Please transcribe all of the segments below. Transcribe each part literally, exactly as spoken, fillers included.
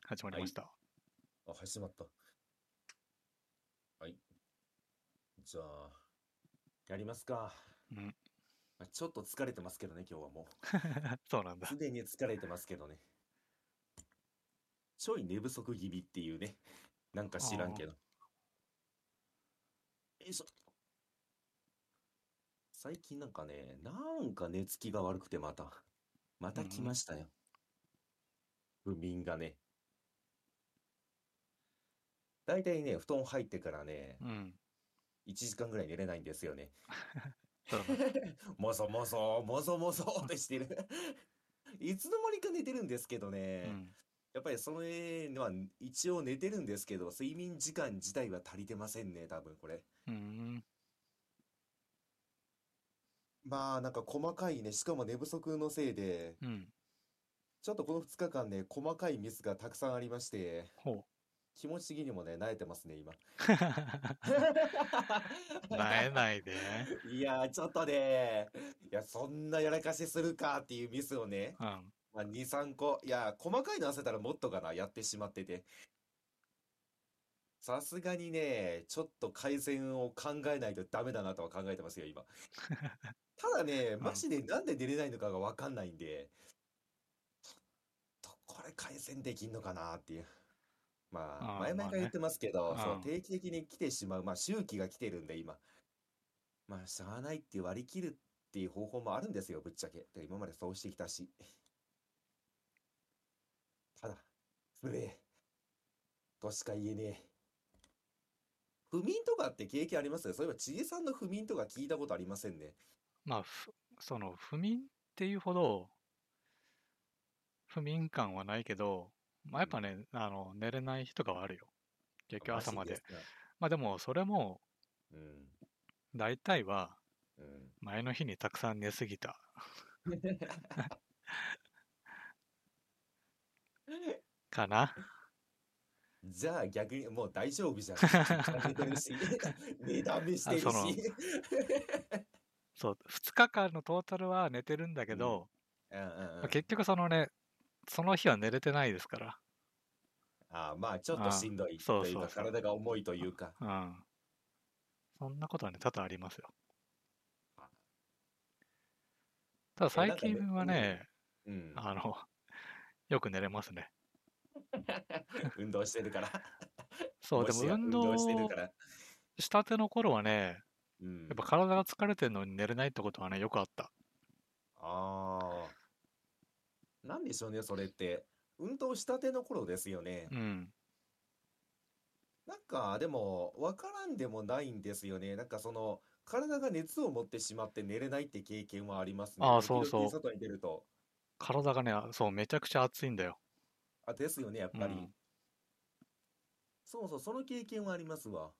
始まりはい。 ました。 あ、始まった。はい。じゃあ、やりますか。 うん。 まあちょっと疲れてますけどね、今日はもそうなんう。すだ。 でに疲れてますけどね。ちょい寝不足気味っていうね。なんか知らんああ、 けど。よいしょ。最近なんかね、なんか寝つきが悪くてまた。また来まうん、 したよ。不眠がね。だいたいね、布団入ってからね、 うん。 いちじかんぐらい寝れないんですよね。 そうなんだ。 もそもそ、もそもそってしてる。いつの間にか寝てるんですけどね。 うん。 やっぱりそれは一応寝てるんですけど、睡眠時間自体は足りてませんね、多分これ。 うん。 まあなんか細かいね、しかも寝不足のせいで、 うん。 ちょっとこのふつかかんね、細かいミスがたくさんありまして、 ほう。 気持ち的にもね、慣れてますね、今。 なえないで。 いやー、ちょっとね、いや、そんなやらかしするかっていうミスをね、 うん。 まあ、に、さんこ、いや、細かいの合わせたらもっとかな、やってしまってて。さすがにね、ちょっと改善を考えないとダメだなとは考えてますよ、今。ただね、 うん。 マジでなんで出れないのかがわかんないんで、とこれ改善できんのかなっていう。まあ、 ああ、 前々から言っまあね。 てますけど、そう、 うん。 定期的に来てしまう、まあ、周期が来てるんで、今。まあ、しゃあないって割り切るっていう方法もあるんですよ、ぶっちゃけ。で、今までそうしてきたし。ただ、不明としか言えねえ。不眠とかって経験あります？そういえば、ちえさんの不眠とか聞いたことありませんね。 まあ、ふその、不眠っていうほど、不眠感はないけど、まあ、やっうん。 ぱね、あの、寝れない日とかはあるよ。結あ、マ局朝まで。 ジですか。 まあでも、それも、 うん。 大体は、 うん。 前の日にたくさん寝すぎた。かな。 じゃあ逆にもう大丈夫じゃん。しっかり寝てるし、寝だめしあ、その、 てるし。 そう、ふつかかんのトータルは寝てるんだうん。 けど、 うんうんうまあ、 ん。 結局そのね、その日は寝れてないですから。 ああ、まあちょっとしああ、 んどいというか、 そうそうそう。 体が重いというか。 うん。そんなことはね、多々ありますよ。ただえ、 最なんかね、 近はうん。 ね、 うん。 あの、よく寝れますね。 運動してるから。 そう、 もでも運しや運動してる動から。 したての頃はね、やっぱうん。 体が疲れてるのに寝れないってことはね、よくあった。 ああ、なんでしょうね、それって。運動したての頃ですよね。 うん。 なんか、でも、わからんでもないんですよね。なんかその、体が熱を持ってしまって寝れないって経験はありますね。 ああ、 時そうそう。 々外に出ると。 体がね、あそう、めちゃくちゃ熱いんだよ。 あ、ですよね、やっぱり。 うん。 そうそう、その経験はありますわ。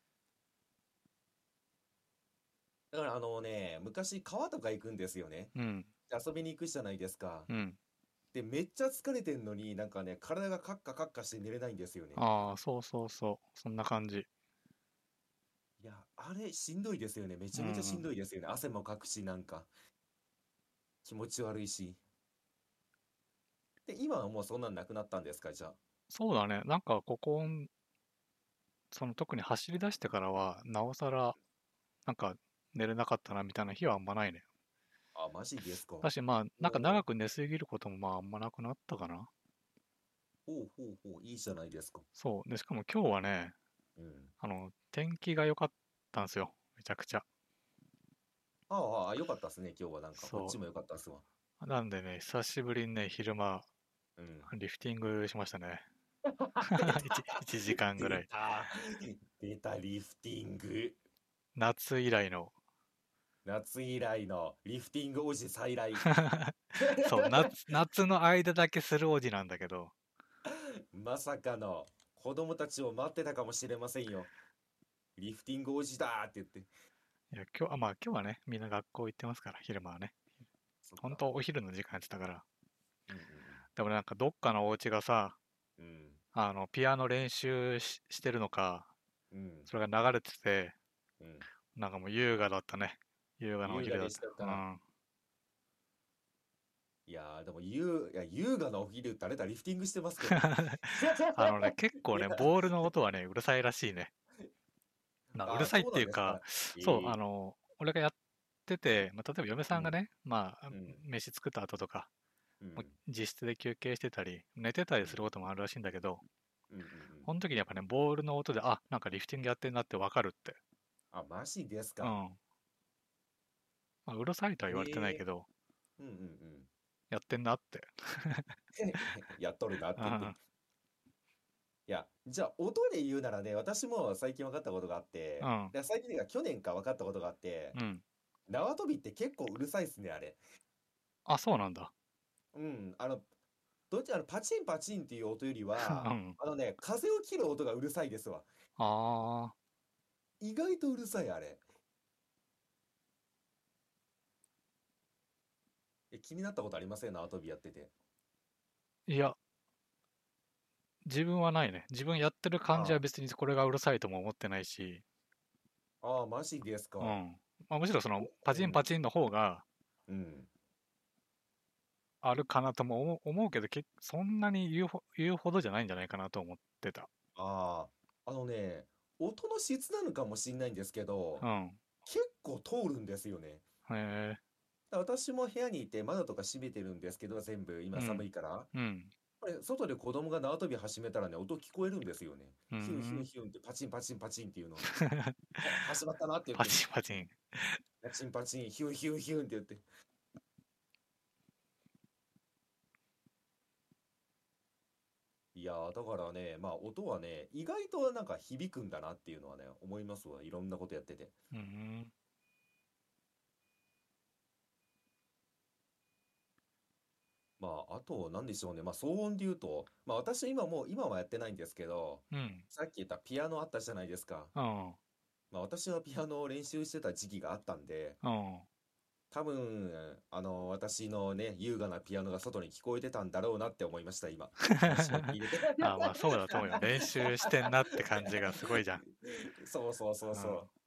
だからあのね、昔川とか行くんですよね。 うん。 遊びに行くじゃないですか。 うん。 で、めっちゃ疲れてんのになんかね、体がカッカカッカして寝れないんですよね。 ああ、そうそうそう。そんな感じ。 いや、あれしんどいですよね。めうん、 ちゃめちゃしんうん。 どいですよね。汗もかくし、なんか気持ち悪いし。で、今はもうそんなんなくなったんですか、じゃあ。 そうだね。なんか、ここ、その特に走り出してからは、なおさら、なんか、寝れなかったなみたいな日はあんまないね。 あ、マジですか。 だし、まあ、なんかおお、 長く寝すぎることもまああんまなくなったかな。 ほうほうほう、いいじゃないですか。 そう。で、しかも今日はね、 うん。 あの、天気が良かったんですよ。めちゃくちゃ。 ああ、ああ、よかったっすね、今日はなんか、こっちそもよかったっすわ。 う。なんでね、久しぶりにね、昼間、 うん。 リフティングしましたね。 出いち、 たいちじかんぐらい。 出た出たリフティング。 夏以来の。 夏以来のリフティングおじ再来。 そう、夏、夏の間だけするおじなんだけど、 まさかの子供たちを待ってたかもしれませんよ。リフティングおじだーって言って。 いや、今日、あ、まあ今日はね、みんな学校行ってますから、昼間はね。 そっか。 本当お昼の時間やってたから。 うんうんでもなんかどっかのお家がさ、 うん。うんあの、ピアノ練習し、してるのか、 うん。 それが流れてて、 うん。 なんかもう優雅だったね。優雅なお優雅で昼だった。 したか。 うん。 いやー、でも優、いや、優雅なお昼ってあれだ、リフティングしてますけど。 あのね、結構ね、 いや、 ボールの音はね、うるさいらしいね。まあ、うるあ、 さいっそうていうか、 なんですか。 そう、 ええ、 あの、俺がやってて、まあ、例えば嫁うん、 さんがね、まあ、 うん、 飯作った後とか、もううん、 自室で休憩してたり、寝てたうん、 りすることもあるらしいんだけど、 うん、うん、うん。 この時にやっぱね、ボールの音で、あ、なんかリフティングやってんなってわかるって。 あ、マジですか。 うん。まあ、うるさいとは言われてないええ、 けど、 うん、うん、うん。 やってんなって。 やっとるなって言って。いうん。 や、じゃあ、音で言うならね、私も最近分かったことがあって、 うん。 で最近というか去年か分かったことがあって、 うん。 縄跳びって結構うるさいっすね、あれ。 あ、そうなんだ。 うん、あの、どっち、あの、パチンパチンっていう音よりうは、 ん。 あのね、風を切る音がうるさいですわ。 ああ。 意外とうるさい、あれ。え、気になったことありません縄跳びやってて。 いや、自分はないね。自分やってる感じはあ別にこれがうるさいとも思ってないし、 あ、ああ、マジですか。 うん。まあ、むしろそのパうん、 チンパチンの方がうん。 あるかなとも思う思うけど、けそんなに言うほ言うほどじゃないんじゃないかなと思ってた。 ああ、あのね、音の質なのかもしれないんですけど、 うん。 結構通るんですよね。 へえ。 私も部屋にいて窓とか閉めてるんですけど、全部今うん。 寒いから。 うん。 これ外で子供が縄跳び始めたらね、音聞こえるんですよね。 うーヒュンヒュンん。 ヒュンってパチンパチンパチンっていうの。は始まったなって言っパて、 チンパチン。 パチンパチン、ヒュンヒュンヒュンって言って。いやー、だからね、まあ音はね、意外となんか響くんだなっていうのはね、思いますわ。いろんなことやってて。 うーん。 まあ、あと、なんでしょうね。まあ、騒音で言うと、まあ私今もう、今はやってないんですけど、 うん。 さっき言ったピアノあったじゃないですか。 うん。 まあ私はピアノを練習してた時期があったんで、 うん。 多分、あの、私のね、優雅なピアノが外に聞こえてたんだろうなって思いました、今。話を聞いてて。 あ、まあそうだと思うよ。練習してんなって感じがすごいじゃん。 そうそうそううん。 そう。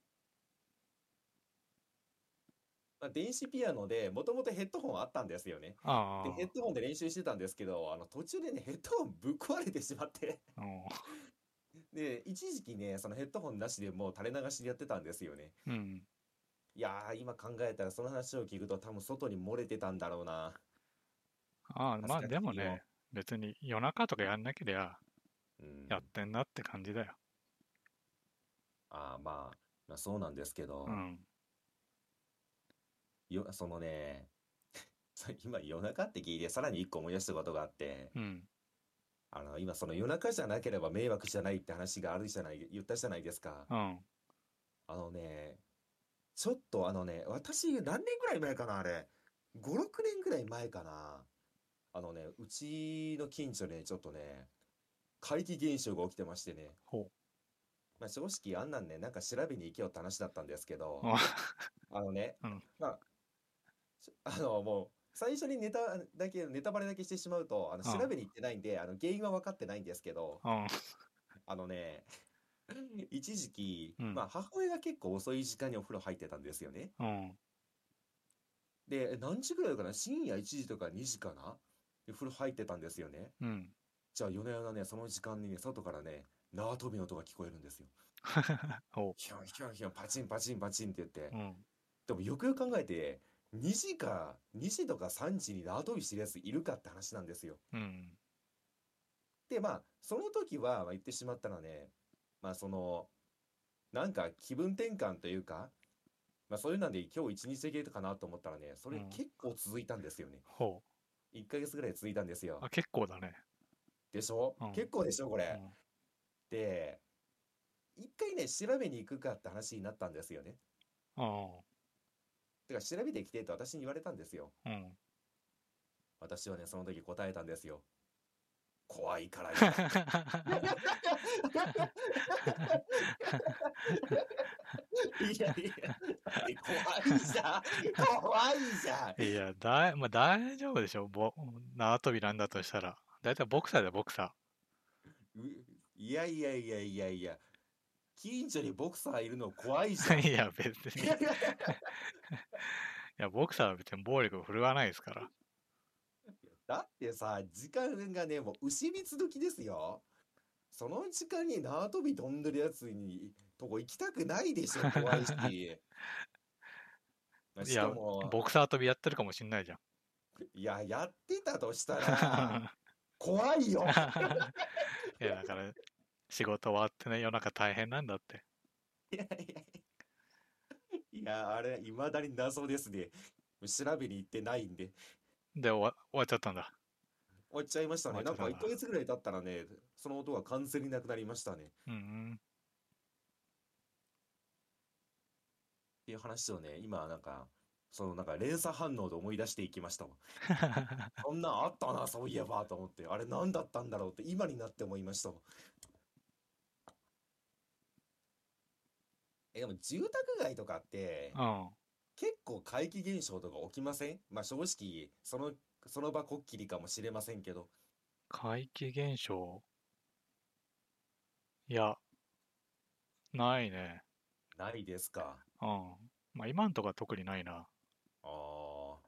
まあ、電子ピアノで、もともとヘッドホンあったんですよね。で、ヘッあドホンで練習してたんですけど、あの、途中でね、ヘッドホンぶっ壊れてしまって、 あ。うん。 で、一時期ね、そのヘッドホンなしでもう垂れ流しでやってたんですよね。 うん。 いやー、今考えたらその話を聞くと多分外に漏れてたんだろうな。 ああ、まあ恥ずかしいよ。 でもね、別に夜中とかやんなけりゃうん。 やってんなって感じだよ。 ああ、まあ、まあそうなんですけど、 うん。 よ、そのね、そう今夜中って聞いてさらに一個思い出したことがあって、 うん。 あの、今その夜中じゃなければ迷惑じゃないって話があるじゃない、言ったじゃないですか。 うん。 あのね、ちょっとあのね、私何年ぐらい前かな、あれ。ご、ろくねんぐらい前かな。あのね、うちの近所でちょっとね、怪奇現象が起きてましてね。 ほまあ正直あんなんね、なんか調べに行けよって話だったんですけど、 う。 あのね、 うん。 まあ、しあのもう、最初にネタだけ、ネタバレだけしてしまうと、あのうん。 調べに行ってないんで、あの原因は分かってないんですけど、 うん。 あのね、一時期、 うん。 まあ母親が結構遅い時間にお風呂入ってたんですよね。 うん。 で、何時ぐらいかな深夜いちじとかにじかなで風呂入ってたんですよね。 うん。 じゃあ夜な夜なね、その時間にね、外からね、縄跳びの音が聞こえるんですよ。 ほヒュンヒュンヒュン、パチンパチンパチンって言って。 う。うん。 でもよくよく考えて、にじか、にじとかさんじに縄跳びしてるやついるかって話なんですよ。 うん。 で、まあ、その時は、まあ、言ってしまったらね、まあ、その、なんか気分転換というか、まあ、そういうなんで今日一日だけかなと思ったらね、それうん。 結構続いたんですよね。 ほいっかげつぐらい続いたんですう。 よ。 あ、結構だね。 でしょうん。 結構でしょこれ。 うん。 で、一回ね、調べに行くかって話になったんですよね。 あてか、調べてきてって私に言われたんですよ。 あ。うん。 私はね、その時答えたんですよ。怖いから嫌だって。いやいや、だって怖いじゃん。怖いじゃん。 いや、だい、まあ、大丈夫でしょ。ぼ、縄跳びなんだとしたら。だいたいボクサーだよ、ボクサういやいやいやいやいや、近所にボクサーいるの怖いじゃー。 ん。 いや、別に。いや、ボクサーは別に暴力を振るわないですから。 だってさ、時間がね、もう牛三つ時ですよ。その時間に縄跳び飛んでるやつに、とこ行きたくないでしょ、怖いし。 いしかや、 も、 ボクサー跳びやってるかもしんないじゃん。 いや、やってたとしたら、怖いよ。 いや、だから、仕事終わってね、夜中大変なんだって。 いやいやいや、あれ、未だに謎ですね。調べに行ってないんで。 で、終わ、終わっちゃったんだ。 終わっちゃいましたね。なんか1 終わっちゃったんだ。 ヶ月ぐらい経ったらね、その音が完全になくなりましたね。っうんうん。 ていう話をね、今なんか、そのなんか連鎖反応で思い出していきましたわ。そんなんあったな、そういえばと思って、あれ何だったんだろうって今になって思いましたわ。え、でも住宅街とかってうん。 結構怪奇現象とか起きません？まあ正直、その、その場こっきりかもしれませんけど。 怪奇現象。いや、ないね。 ないですか？ うん。まあ、今んとこは特にないな。 ああ、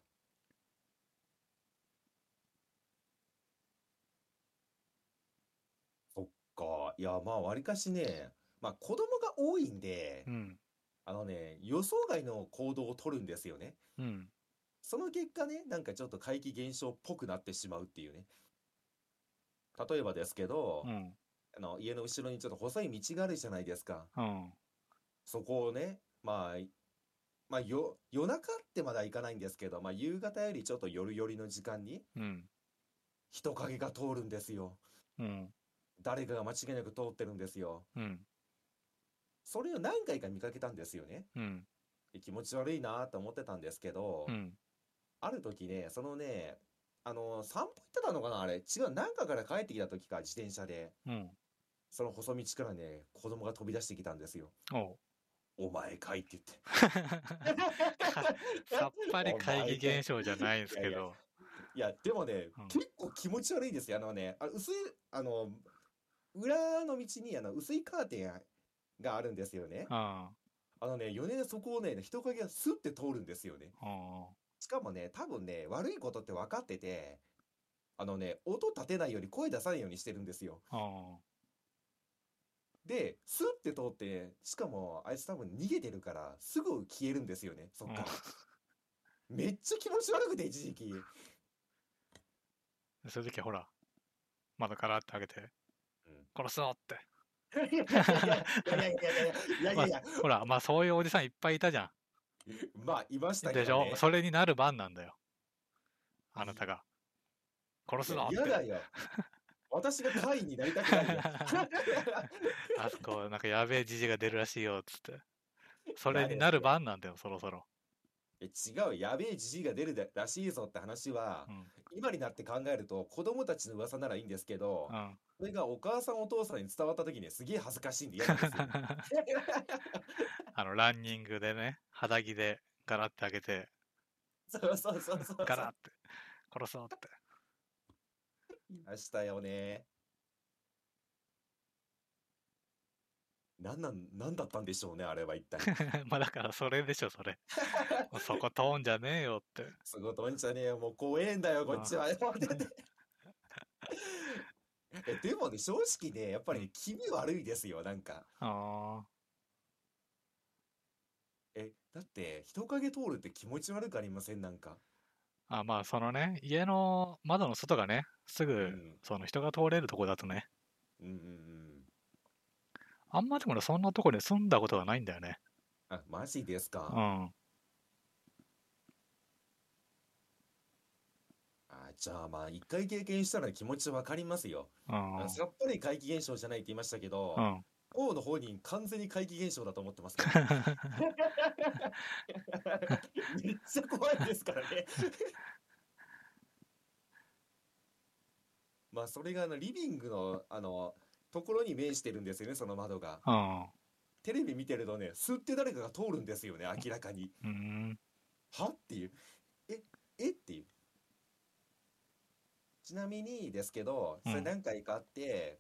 そっか。いや、まあ、わりかしね、まあ、子供が多いんで、 うん。 あのね、予想外の行動を取るんですよね。 うん。 その結果ね、なんかちょっと怪奇現象っぽくなってしまうっていうね。例えばですけど、 うん。 あの、家の後ろにちょっと細い道があるじゃないですか。 うん。 そこをね、まあ、いまあ、よ、夜中ってまだ行かないんですけど、まあ、夕方よりちょっと夜寄りの時間にうん。 人影が通るんですよ。 うん。 誰かが間違いなく通ってるんですよ。 うん。 それを何回か見かけたんですよね。 うん。 で気持ち悪いなと思ってたんですけど、 うん。 ある時ね、そのね、あの、散歩行ってたのかなあれ。違う、なんかから帰ってきた時か、自転車で。 うん。 その細道からね、子供が飛び出してきたんですよ。 おう。 お前かいって言って。 かさっぱりお怪奇前かい。 現象じゃないんでいやいや、 すけど。 いや、でもね、 うん。 結構気持ち悪いですよ。あのね、あ、薄い、あの、裏の道にあの薄いカーテンがあるんですよね。 ああのね、よねんそこをね、人影がスッて通るんですよね。 あ。 しかもね、多分ね、悪いことって分かってて、あのね、音立てないように声出さないようにしてるんですよ。 あで、スッて通って、しかもあいつ多分逃げてるから、すぐ消えるんですよね、そっから。 あ。 めっちゃ気持ち悪くて、一時期。 うん。そういう時はほら、窓からって開けて、 うん。 殺そうって。 いやいやいやいやいやいやいやいやいまあ、 やいや、 ほら、まあそういうおじさんいっぱいいたじゃまあ、いましん。 たけでしょ？ どね。 それになる番なんだよ。あなたいが。殺いや、 すぞって。 嫌だよ。私が会員になりたくないよ。 あそこ、なんかやべえじじが出るらしいよ、つって。それになる嫌ですよ。 番なんだよ、そろそろ。 え、違う、やべえじじいが出るらしいぞって話は、 うん。 今になって考えると子供たちの噂ならいいんですけど、 うん。 それがお母さんお父さんに伝わった時にすげえ恥ずかしいんで嫌なんですよね。 あの、ランニングでね、肌着でガラッて開けて、 そうそうそうそうそう。 ガラッて、殺そうって。 いましたよね。なんなん、なんだったんでしょうね、あれは一体。 まあだからそれでしょ、それ。もうそこ通んじゃねえよって。 すごいとんじゃねえよ、もう怖えんだよ、こっちは。もう出てえ、でもね、正直ね、やっぱうん。 りね、気味悪いですよ、なんか。 あえ、だって、人影通るって気持ち悪くありませんなんか。 あ。あ、まあそのね、家の窓の外がね、すぐ、 うん。 その人が通れるとこだとね、 うんうんうん。 あんまでもね、そんなとこに住んだことがないんだよね。 あ、マジですか。 うん。 あ、じゃあまあ、一回経験したら気持ちわかりますよ。 うん。 あのさっぱり怪奇現象じゃないって言いましたけど、 うん。 王の方に完全に怪奇現象だと思ってますからね。めっちゃ怖いですからね。まあ、それがあのリビングの、あの、ところに面してるんですよね、その窓が。 うん。 テレビ見てるとね、吸って誰かが通るんですよね、明らかに。 うん。 はっていう。え、えっていう。ちなみにですけど、それうん。 何回かあって、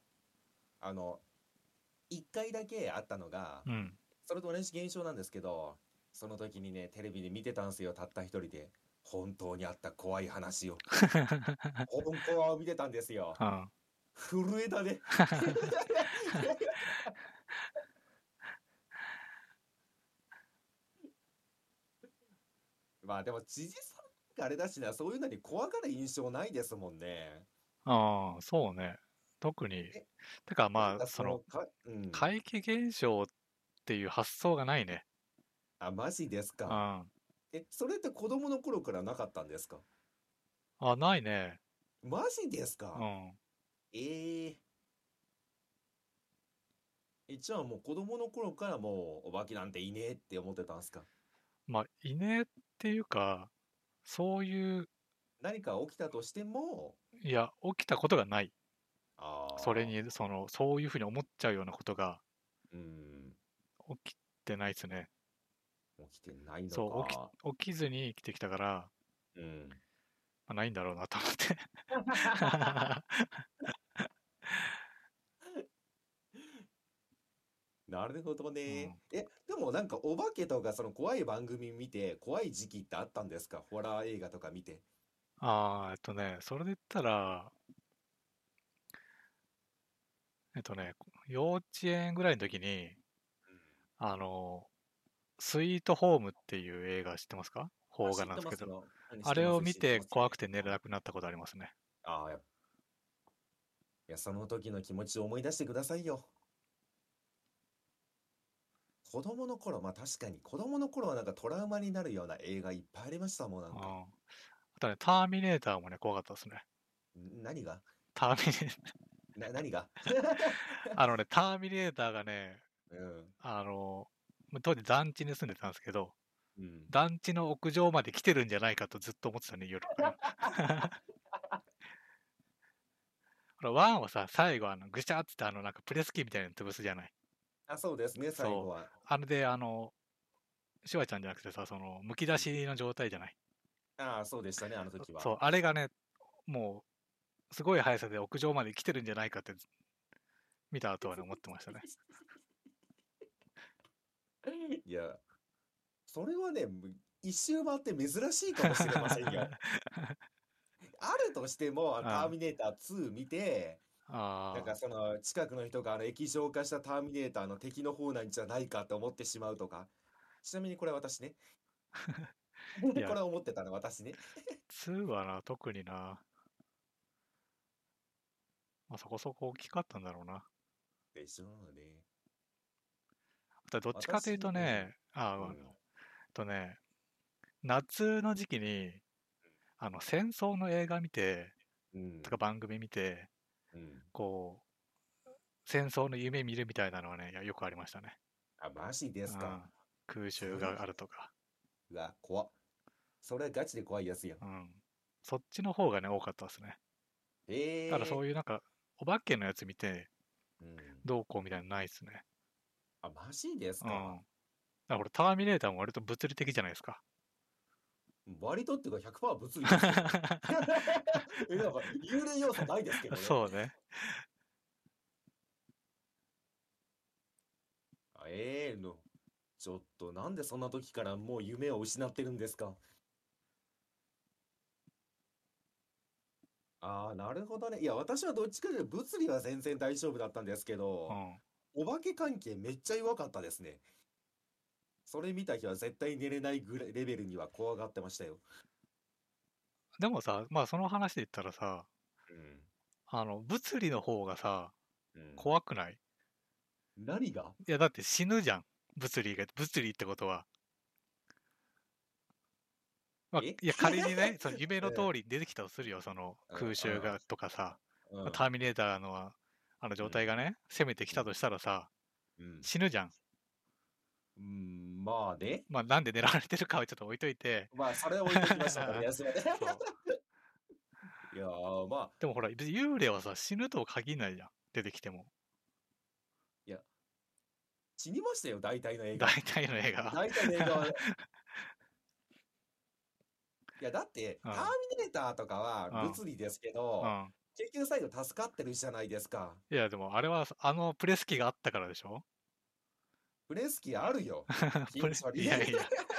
あの、一回だけあったのが、 うん。 それと同じ現象なんですけど、その時にね、テレビで見てたんですよ、たった一人で。 本当にあった怖い話を、本当は見てたんですよ。 うん。 震えたね。まあでも、知事さんがあれだしな、そういうのに怖がる印象ないですもんね。 ああ、そうね。特に。 え、 てかなんまあ、その、 かその、か、うん。 怪奇現象っていう発想がないね。 あ、マジですか。 うん。 え、それって子供の頃からなかったんですか？ あ、ないね。 マジですか？ うん。 えええ、じゃあもう子供の頃からもうお化けなんていねえって思ってたんすか？ まあ、いねえっていうか、そういう、 何か起きたとしても、 いや、起きたことがない。それああ、 に、その、そういうふうに思っちゃうようなことがうん、 起きてないですね。 起きてないのそう、起き、 か。 起きずに生きてきたから、 うん。 まあ、ないんだろうなと思ってなるほどね。 うん。 え、でもなんかお化けとかその怖い番組見て怖い時期ってあったんですか？ホラー映画とか見て。 ああ、えっとね、それで言ったら、えっとね、幼稚園ぐらいの時に、あの、スイートホームっていう映画知ってますか？ あ、 邦画知っなんですけど。 てますよ。うん、知っあれをてます、 見て知ってます。 怖くて寝れなくなったことありますね。 ああ、やいや、その時の気持ちを思い出してくださいよ。子供の頃、まあ確かに子供の頃はなんかトラウマになるような映画いっぱいありましたもん、なんか。 うん。あとね、ターミネーターもね、怖かったですね。 ん何がターミネーターな、何があのね、ターミネーターがね、 うん、 あの、当時団地に住んでたんですけど、 うん。 団地の屋上まで来てるんじゃないかとずっと思ってたね、夜から。ほら、ワンはさ、最後、あの、ぐしゃっつってあの、なんかプレス機みたいなの潰すじゃない。 あ、そうですね、最後そう。 は。 あれで、あの、シュワちゃんじゃなくてさ、その、むき出うん。 しの状態じゃない。 ああ、そうでしたね、あの時は。 そう、あれがね、もう、すごい速さで屋上まで来てるんじゃないかって、見た後はね、思ってましたね。 いや、それはね、む一周回って珍しいかもしれませんよ。あるとしても、あのターあミネーターツー見て、なんあかその近くの人があの液状化したターミネーターの敵の方なんじゃないかと思ってしまうとか。ちなみにこれ私ね。 ー、いこや、 れ思ってたの私ね。 ツーはな、特にな、まあ、そこそこ大きかったんだろうな。 でしょうね。 あとどっちかという私、うん、 とね、ああ、 うん、 あとね、夏の時期に、あの、戦争の映画見て、 うん、 とか番組見て、 うん。 こう、戦争の夢見るみたいなのはね、いやよくありましたね。 あ、マジですか。 うん。空襲それ、 があるとか。 うわ、怖っ。それはガチで怖いやつやん。 うん。そっちの方がね、多かったですね。ただそええういうなんか、お化けのやつ見て、 ー、うん。 どうこうみたいなのないですね。 あ、マジですうん。だか。 からこれターミネーターも割と物理的じゃないですか。 割とっていうかひゃくパーセント物理ですけどね。え、なんか幽霊要素ないですけどね。 そうね。 あええの。ちょっとなんでそんな時からもう夢を失ってるんですか？ああ、なるほどね。いや、私はどっちかというと物理は全然大丈夫だったんですけど、 うん。 お化け関係めっちゃ弱かったですね。それ見た日は絶対寝れないぐらいレベルには怖がってましたよ。 でもさ、まあその話で言ったらさ、 うん。 あの、物理の方がさ、 うん。 怖くない？ 何がいや、だって死ぬじゃん。物理が、物理ってことは。まあ、 えいや、仮にね、その夢の通うん、 りに出てきたとするよ。そのうん、 空襲がとかさ、 うん、うん、 まあターミネーターのあのうん、 状態がね、攻めてきうん、 たとしたらさ、 うん。 死ぬじゃん。 うん、まあね。 まあ、なんで狙われてるかはちょっと置いといて。 まあ、それは置いときましょうか、とりあえずはね。 そう。 いやー、まあ、 でもほら、別に幽霊はさ、死ぬとは限らないじゃん。出てきても。 いや、死にましたよ、大体の映画。 大体の映画。 大体の映画は。いや、だって、ターうん。 ミネーターとかはうん。 物理ですけど、 うん。 結局最後助かってるじゃないですか。 いや、でもあれは、あのプレス機があったからでしょ？ プレス機あるよ。 プレ、 近所に。 いやいや。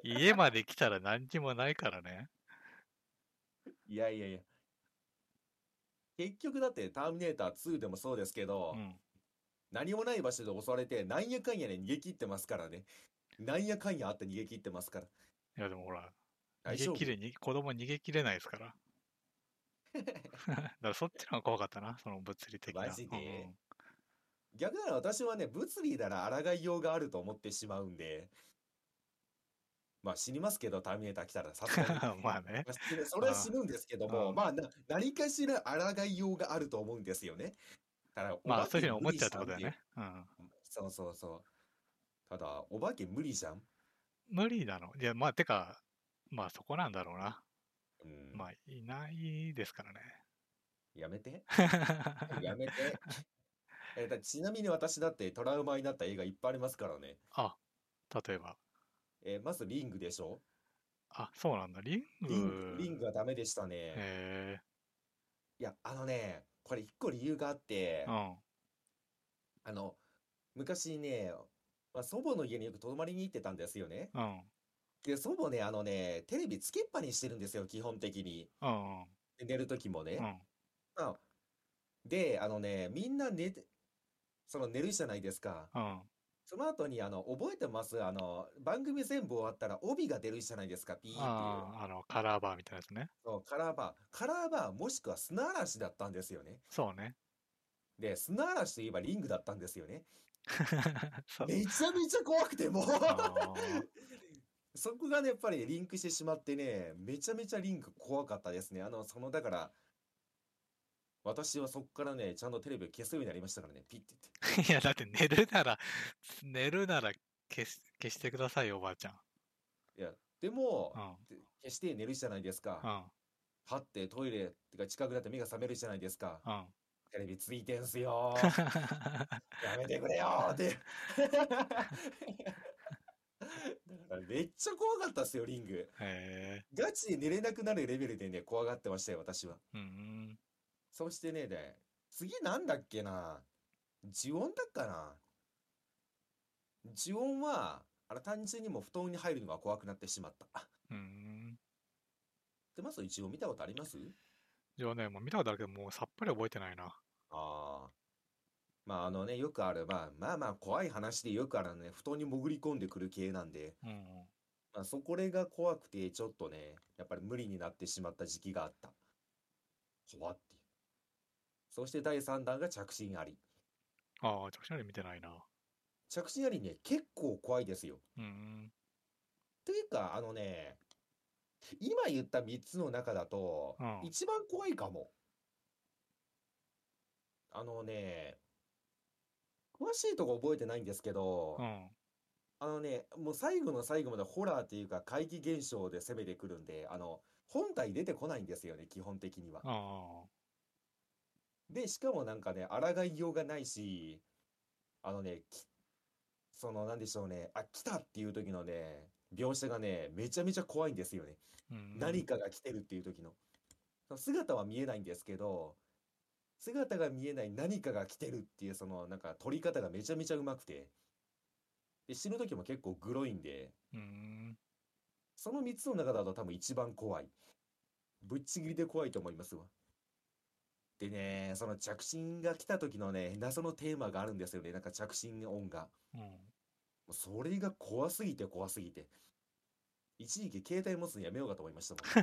家まで来たら何にもないからね。 いやいやいや。結局だってターミネーターツーでもそうですけど、 うん。 何もない場所で襲われて、なんやかんやで逃げ切ってますからね。なんやかんやあって逃げ切ってますから。 いやでもほら、逃大丈夫？ げ切れに、子供逃げ切れないですから。だからそっちの方が怖かったな、その物理的マな。うんうジで？ ん。 逆なら私はね、物理なら抗いようがあると思ってしまうんで、まあ死にますけど、ターミネーター来たらさすがに。 まあね。 まあ死ぬそれは死あぬんですけども、 あ、 まあな、何かしら抗いようがあると思うんですよね。ただ、おまあ化そういうふうに思っちゃうけ無理じってことだよね。 ゃんっていう。 うん。 そうそうそう。ただ、お化け無理じゃん。 無理なの。いや、まあてか、まあそこなんだろうな。 うん。 まあいないですからね。 やめて。やめて。え、だちなみに私だってトラウマになった映画いっぱいありますからね。 あ、例えば。 えーまずリングでしょ？ あ、そうなんだ。リンリング、 グ、 リングはダメでしたね。 えいや、あのね、これ一個理由があっー、 て、 うん、 あの、昔ね、まあ、祖母の家によく泊まりに行ってたんですよね。 うん、 で、祖母ね、あのね、テレビつけっぱにしてるんですよ、基本的に。 うん、 で寝る時もね。 うん、 まあ、で、あのね、みんな寝て、その寝るじゃないですか。 うん。 その後に、あの、覚えてます？あの、番組全部終わったら帯が出るじゃないですか、ピーっていう。 ああ、あの、カラーバーみたいなやつね。 そう、カラーバー。カラーバーもしくは砂嵐だったんですよね。 そうね。 で、砂嵐といえばリングだったんですよね。 そう。 めちゃめちゃ怖くて、もうあそこがね、やっぱりリンクしてしまってね、めちゃめちゃリンク怖かったですね。あの、その、だから、私はそこからね、ちゃんとテレビを消すようになりましたからね、ピッてあ。いや、だって寝るなら、寝るなら消し、消してくださいよ、おばあちゃん。 言って。いや、でも、 うん、 で消して寝るじゃないですか。 うん、 はってトイレってか近くだって目が覚めるじゃないですか。 うん。 テレビついてんすよー。やめてくれよーって。だからめっちゃ怖かったっすよ、リング。 へえ、 ガチで寝れなくなるレベルでね、怖がってましたよ、私は。 うん、 そしてね、で、次なんだっけな。呪音だっかな。呪音は、あの単純にもう布団に入るのが怖くなってしまった。 うん。 で、まず一応見たことあります？ じゃあね、もう見たことあるけど、もうさっぱり覚えてないな。 ああ。まああのね、よくある、まあまあまあ怖い話でよくあるね、布団に潜り込んでくる系なんで、 うん、 まあそこれが怖くて、ちょっとね、やっぱり無理になってしまった時期があった。怖っていう。そしてだいさんだんが着信あり。 ああ、着信あり見てないな。 着信ありね、結構怖いですよ。 うん、 というか、あのね、今言ったみっつの中だと、 うん、 一番怖いかも。あのね、詳しいとこ覚えてないんですけど、 うん。 あのね、もう最後の最後までホラーっていうか怪奇現象で攻めてくるんで、あの、本体出てこないんですよね、基本的には。 あで、しかもなんかね、抗いようがないし、あのね、きその、なんでしょうね、あ、来たっていう時のね、描写がね、めちゃめちゃ怖いんですよね。 あ、うん、 何かが来てるっていう時の。その姿は見えないんですけど、姿が見えない何かが来てるっていう、その、なんか撮り方がめちゃめちゃうまくて、で、死ぬ時も結構グロいんで、 うん。 そのみっつの中だと多分一番怖い。ぶっちぎりで怖いと思いますわ。でね、その着信が来た時のね、謎のテーマがあるんですよね。なんか着信音が。 うん。 もうそれが怖すぎて怖すぎて。一時期携帯持つのやめようかと思いましたもんね。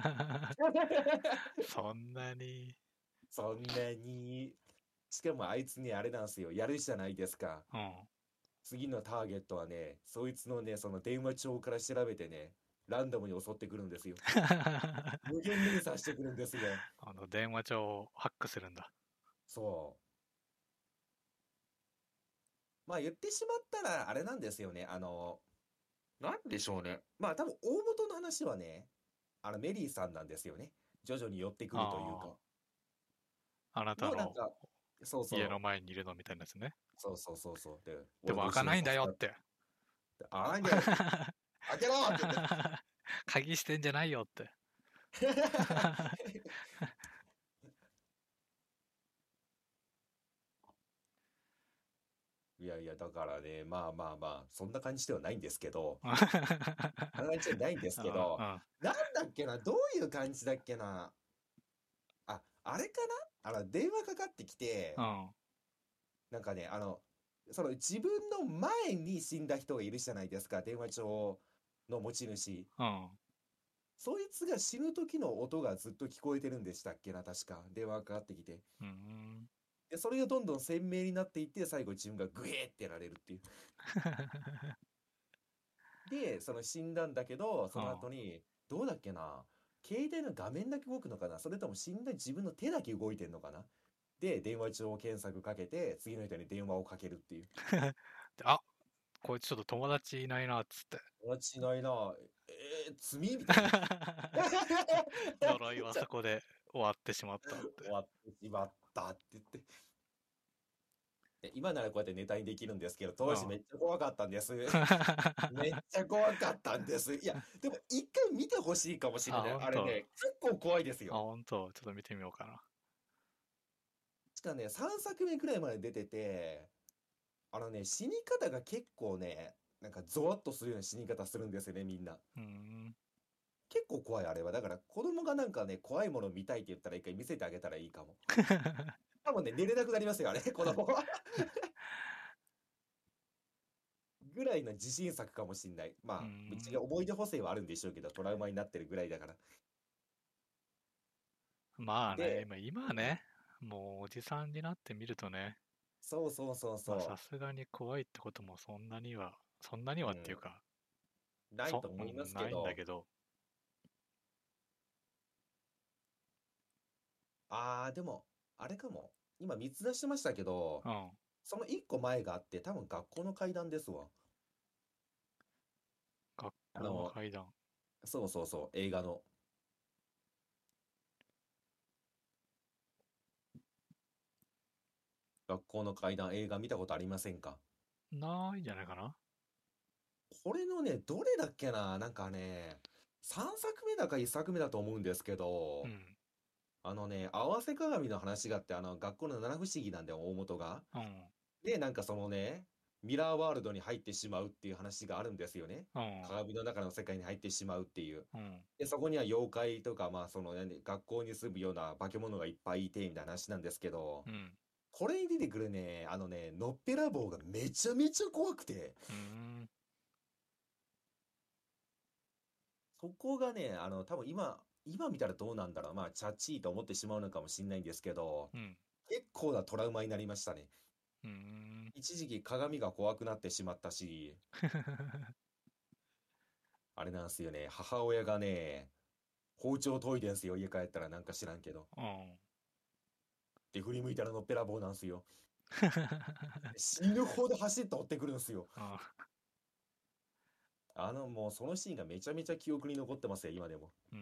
そんなに、 そんなに。しかもあいつね、あれなんですよ。やるじゃないですか。 うん。 次のターゲットはね、そいつのね、その電話帳から調べてね、ランダムに襲ってくるんですよ。無限連鎖してくるんですよ。 あの、電話帳をハックするんだ。 そう。まあ言ってしまったらあれなんですよね。あの、なんでしょうね。まあ多分大元の話はね、あのメリーさんなんですよね。徐々に寄ってくるというか。 ああ、あなたののなんか、そう家のそう、 前にいるのみたいなやつね。 そうそうそうそう。で、 で俺と一も開かないん緒にさせたって。 だよって。 あ、なんだよって。開けろって言って。 鍵してんじゃないよって。 いいやいや、だからね、まあまあまあ、そんな感じではないんですけど、 あそんな感じではないんですけど、 あ、 なんだっけな、どういう感じだっけな。あ、あれかな、あの、電話かかってきて、 うん、 なんかね、あの、その自分の前に死んだ人がいるじゃないですか、電話帳の持ち主。 うん、 そいつが死ぬ時の音がずっと聞こえてるんでしたっけな、確か。電話かかってきて。 うん。 で、それがどんどん鮮明になっていって、最後自分がグエーってやられるっていう。で、その死んだんだけど、そのうん。 後に、どうだっけな、携帯の画面だけ動くのかな、それとも死んだ自分の手だけ動いてんのかな。で、電話帳検索かけて、次の人に電話をかけるっていう。 であ、こいつちょっと友達いないな、っつって。 友達いないな、えー、罪みたいな。 呪いはじゃあそこで終わってしまったって。 終わってしまったって言って。え今ならこうやってネタにできるんですけど、 うん。 当時めっちゃ怖かったんです。めっちゃ怖かったんです。いや、でも一回見てほしいかもしれあ、 ない。 ほんと。 あれね、結構怖いですあ、 よ。 ほんと。ちょっと見てみようかな。 しかね、さんさくめくらいまで出てて、あのね、死に方が結構ね、なんかゾワッとするような死に方するんですよね、みんな。 うーん。 結構怖い、あれは。だから子供がなんかね、怖いもの見たいって言ったら一回見せてあげたらいいかも。多分ね、寝れなくなりますよ、あれ、子供は。ぐらいの自信作かもしんない。 うーまあ、うちん。 が思い出補正はあるんでしょうけど、トラウマになってるぐらいだから。 まあね、 で、 今、今うん、 ね、もうおじさんになってみるとね、 そうそうそうまあさそすがに怖いってこともそんなには、そんなにう。うはっていうか、 ん、ないそ、 と思いまうん、ないんだすけど、 けど、 あー、でも、あれかも。今みっつ出してましたけど、 うん。 そのいっこまえがあって、多分学校の階段ですわ。 学校のあの、 階段。 そうそうそう、映画の。学校の階段映画見たことありませんか？ ないんじゃないかな。 これのね、どれだっけな、なんかね、さんさくめだかいっさくめだと思うんですけど、 うん。 あのね、合わせ鏡の話があって、あの、学校の七不思議なんで、大元が。 うん。 で、なんかそのね、ミラーワールドに入ってしまうっていう話があるんですよね。 うん。 鏡の中の世界に入ってしまうっていう。 うん。 で、そこには妖怪とか、まあ、その、ね、学校に住むような化け物がいっぱいいて、みたいな話なんですけど、 うん。 これに出てくるね、あのね、のっぺらぼうがめちゃめちゃ怖くて、 うーん。 そこがね、あの、多分今、今見たらどうなんだろう。まあ、チャッチーと思ってしまうのかもしれないんですけど、 うん。 結構なトラウマになりましたね。 うーん。 一時期鏡が怖くなってしまったし、あれなんですよね、母親がね、包丁研いでんすよ、家帰ったらなんか知らんけど。 うん。 で、振り向いたらのっぺらぼうなんすよ。死ぬほど走って追ってくるんすよ。あの、もうそのシーンがめちゃめちゃ記憶に残ってますよ、今でも。 うん。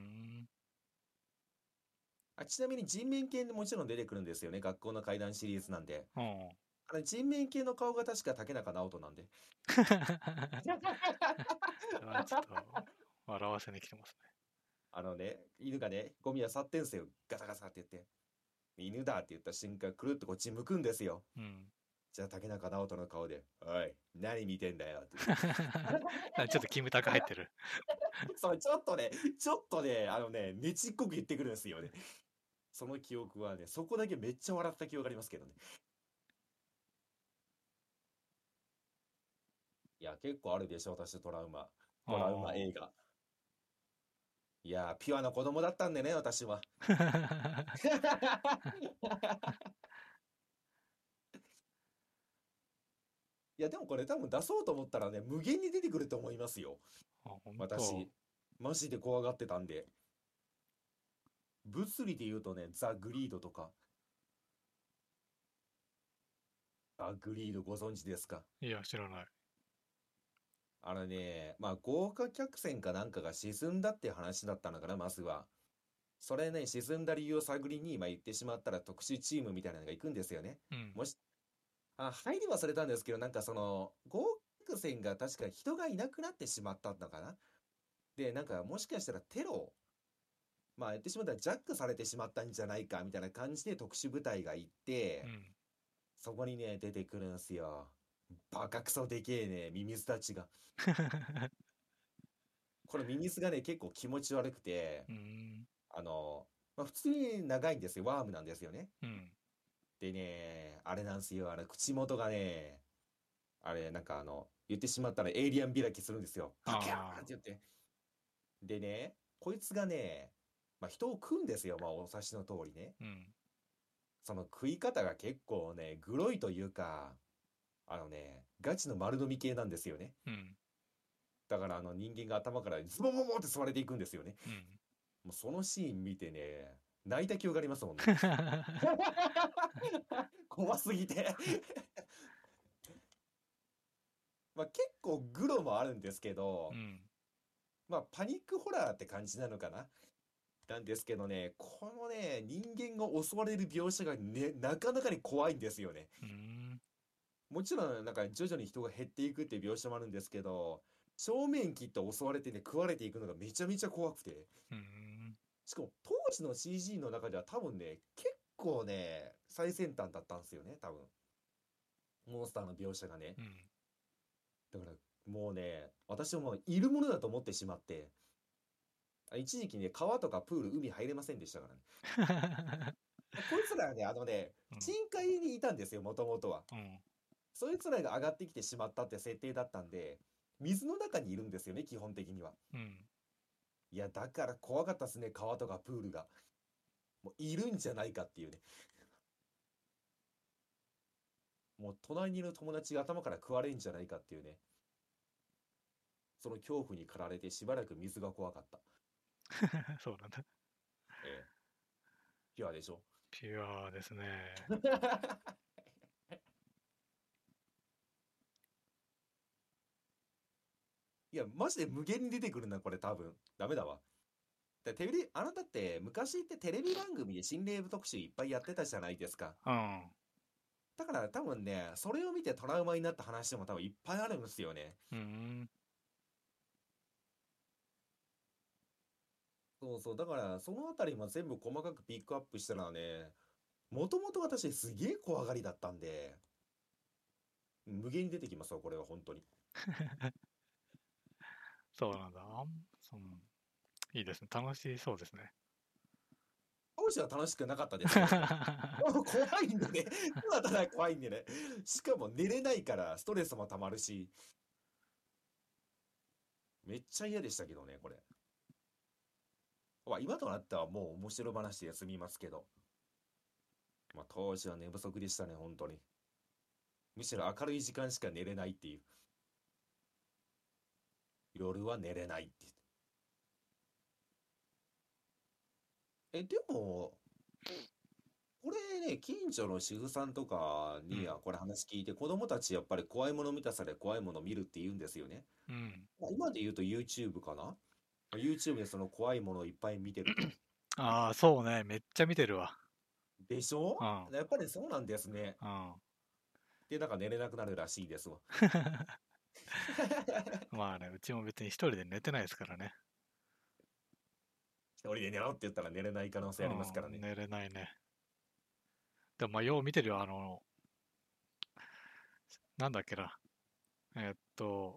あ、ちなみに人面犬もちろん出てくるんですよね、学校の怪談シリーズなんで。 うん。 あの人面犬の顔が確か竹中直人なんで。 それはちょっと笑わせに来てますあのね、犬がね、ゴミは去ってんすよ、ガサガサって言って。犬だって言った瞬間、くるっとこっち向くんですよ。 ね。うん。 じゃあ竹中直人の顔で、おい、何見てんだよって。 なんかちょっとキムタク入ってる。 それちょっとね、ちょっとね、あのね、ねちっこく言ってくるんですよね。その記憶はね、そこだけめっちゃ笑った記憶がありますけどね。いや、結構あるでしょ、私トラウマ。トラウマあ映画。いやー、ピュアな子供だったんでね、私は。 あ。 いや、でもこれ多分出そうと思ったらね、無限に出てくると思いますよ。 あ、本当。 私。マジで怖がってたんで。物理で言うとね、ザ・グリードとか。ザ・グリードご存知ですか？ いや、知らない。 あのね、まあ豪華客船かなんかが沈んだっていう話だったのかな、まずは。それね、沈んだ理由を探りに、まあ、言ってしまったら特殊チームみたいなのが行くんですよね。 うん。 もし、あ、入り忘れたんですけど、なんかその、豪華船が確か人がいなくなってしまったのかな。で、なんかもしかしたらテロ、まあ言ってしまったらジャックされてしまったんじゃないかみたいな感じで特殊部隊が行って、 うん。 そこにね、出てくるんすよ。 バカクソでけえね、ミミズたちが。このミミズがね、結構気持ち悪くて、 うーん。 あの、まあ、普通に長いんですよ。ワームなんですよね。 うん。 でね、あれなんですよ。あれ、口元がね、あれ、なんかあの、言ってしまったらエイリアン開きするんですよ。パキャーンっああ。 て言って。でね、こいつがね、まあ、人を食うんですよ。まあ、お察しの通りね。 うん。 その食い方が結構ね、グロいというか、あのね、ガチの丸飲み系なんですよね。 うん。 だからあの人間が頭からズボボボって吸われていくんですよね。 うん。 もうそのシーン見てね、泣いた記憶がありますもんね。怖すぎて。まあ結構グロもあるんですけど、 うん。 まあパニックホラーって感じなのかな。なんですけどね、このね、人間が襲われる描写がね、なかなかに怖いんですよね。 うーん。 もちろん、なんか徐々に人が減っていくっていう描写もあるんですけど、正面切って襲われてね、食われていくのがめちゃめちゃ怖くて。 うーん。 しかも当時の シージー の中では多分ね、結構ね、最先端だったんですよね、多分。モンスターの描写がね。 うん。 だからもうね、私ももういるものだと思ってしまって、一時期ね、川とかプール、海入れませんでしたからね。こいつらはね、あのね、 うん。 深海にいたんですよ、もともとは。 うん。 そいつらが上がってきてしまったって設定だったんで、水の中にいるんですよね、基本的には。 うん。 いや、だから怖かったですね、川とかプールが。もういるんじゃないかっていうね。もう隣にいる友達が頭から食われんじゃないかっていうね。その恐怖に駆られてしばらく水が怖かった。 そうなんだ。 ええ。ピュアでしょ。 ピュアですね。 いや、マジで無限に出てくるな、これ多分。ダメだわ。だテレビ、あなたって昔ってテレビ番組で心霊特集いっぱいやってたじゃないですか。 うん。 だから多分ね、それを見てトラウマになった話も多分いっぱいあるんですよね。 うーん。 そうそう。だからそのあたりも全部細かくピックアップしたらね、もともと私すげえ怖がりだったんで、無限に出てきますわ、これは本当に。 そうなんだ。あん、その、いいですね。楽しそうですね。 当時は楽しくなかったですけどね。怖いんでね。ただただ怖いんでね。しかも寝れないからストレスも溜まるし、めっちゃ嫌でしたけどね、これ。まあ、今となってはもう面白話で済みますけど。まあ、当時は寝不足でしたね、本当に。むしろ明るい時間しか寝れないっていう。夜は寝れないっていう。え、でも、これね、近所の主婦さんとかうん。 にはこれ話聞いて、子供たちやっぱり怖いもの見たさで怖いもの見るって言うんですよね。 うん。 まあ、今で言うと YouTube かな。 YouTube でその怖いものをいっぱい見てると。 ああ、そうね。めっちゃ見てるわ。 でしょ。 うん。 やっぱりそうなんですね。 うん。 で、なんか寝れなくなるらしいですわ。 まあね、うちも別に一人で寝てないですからね。 一人で寝ろって言ったら寝れない可能性ありますからうん。 ね。 寝れないね。でもまあ、よう見てるよ。あの、なんだっけな。えっと、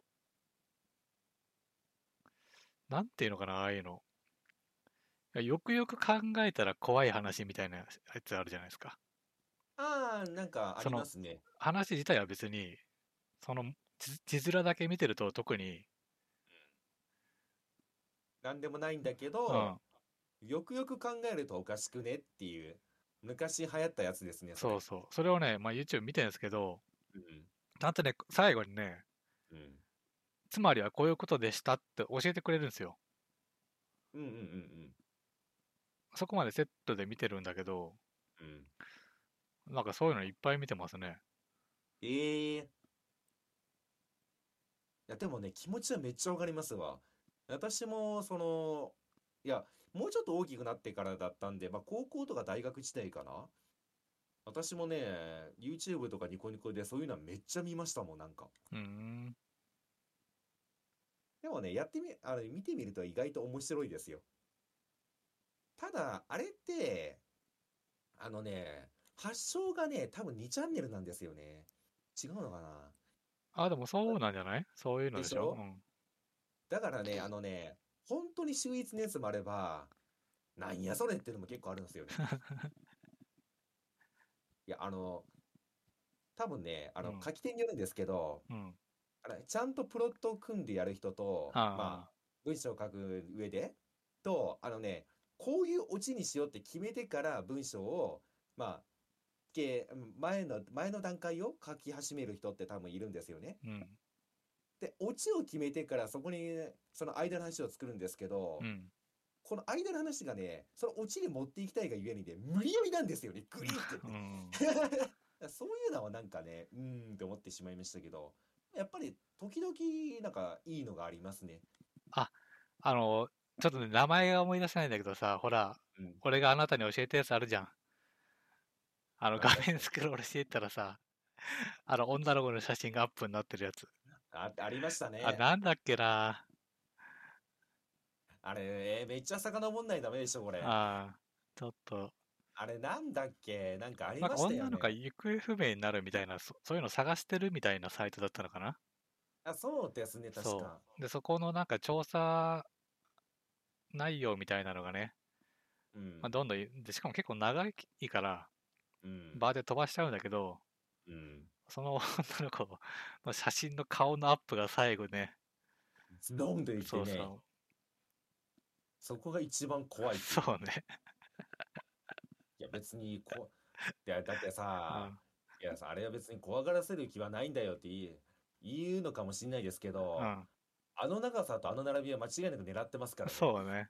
なんていうのかな、ああいうの。いやよくよく考えたら怖い話みたいなやつあるじゃないですか。 ああ、なんかあそのりますね。 話自体は別に、その字字面だけ見てると特に、 なんでもないんだけうん、 ど、よくよく考えるとおかしくねっていう、昔流行ったやつですね、それ。 そうそう。それをね、まあ、YouTube 見てるんですけど、 うん。 ちゃんとね、最後にね、 うん。 つまりはこういうことでしたって教えてくれるんですよ。 うんうんうんそこまでセットで見てるんだけど、 うん。うん。 なんかそういうのいっぱい見てますね。 ええ。いや、でもね、気持ちはめっちゃわかりますわ。私も、その、いや、もうちょっと大きくなってからだったんで、まあ、高校とか大学時代かな。私もね、YouTube とかニコニコでそういうのはめっちゃ見ましたもん、なんか。 うーん、 でもね、やってみ、あの、見てみると意外と面白いですよ。ただ、あれって、あのね、発祥がね、多分にチャンネルなんですよね。違うのかな。 あ、でもそうなんじゃない？そういうのでしょ？うでしょ？ ん。 だからね、あのね、本当に秀逸なやつもあれば、なんやそれっていうのも結構あるんですよね。いや、あの、多分ね、あの、 うん。 書き手によるんですけど、 うん。 あのちゃんとプロットを組んでやる人と、まあ、 あ文章を書く上で、と、あのね、こういうオチにしようって決めてから文章を、まあ、け前の、前の段階を書き始める人って多分いるんですよね。 あ、うん。 で、オチを決めてからそこに、その間の話を作るんですけど、 うん。 この間の話がね、そのオチに持っていきたいがゆえにね、無理やりなんですよね。グイってうね。 ん。 そういうのはなんかね、うーんって思ってしまいましたけど、やっぱり時々なんかいいのがありますね。 あ、あの、ちょっとね、名前が思い出せないんだけどさ、ほら、 うん。 俺があなたに教えたやつあるじゃん。あの、画なんだっけ？ 面スクロールしていったらさ、あの、女の子の写真がアップになってるやつ。 あ、ありましたあ、 ね。 なんだっけな。 あれ、えーめっちゃ遡んないとダメでしょ、これ。 ああ、ちょっと、 あれなんだっけ？なんかありなんかましたよ女の子がね。 行方不明になるみたいな、そ、そういうの探してるみたいなサイトだったのかな。 あ、そうですね、確そか。 う。で、そこのなんか調査内容みたいなのがね、まあ、 うん。 どんどん、で、しかも結構長いから、 うん。 バーで飛ばしちゃうんだけど、 うん。 その女の子の写真の顔のアップが最後ね、 ズドンと言ってね、 そうそそこが一番怖いっう、 ていう。 そうね。 いや、別にこ、いや、だってさ、 うん、 いや、あれは別に怖がらせる気はないんだよって言い言うのかもしれないですけど、 うん、 あの長さとあの並びは間違いなく狙ってますからね。 そうね。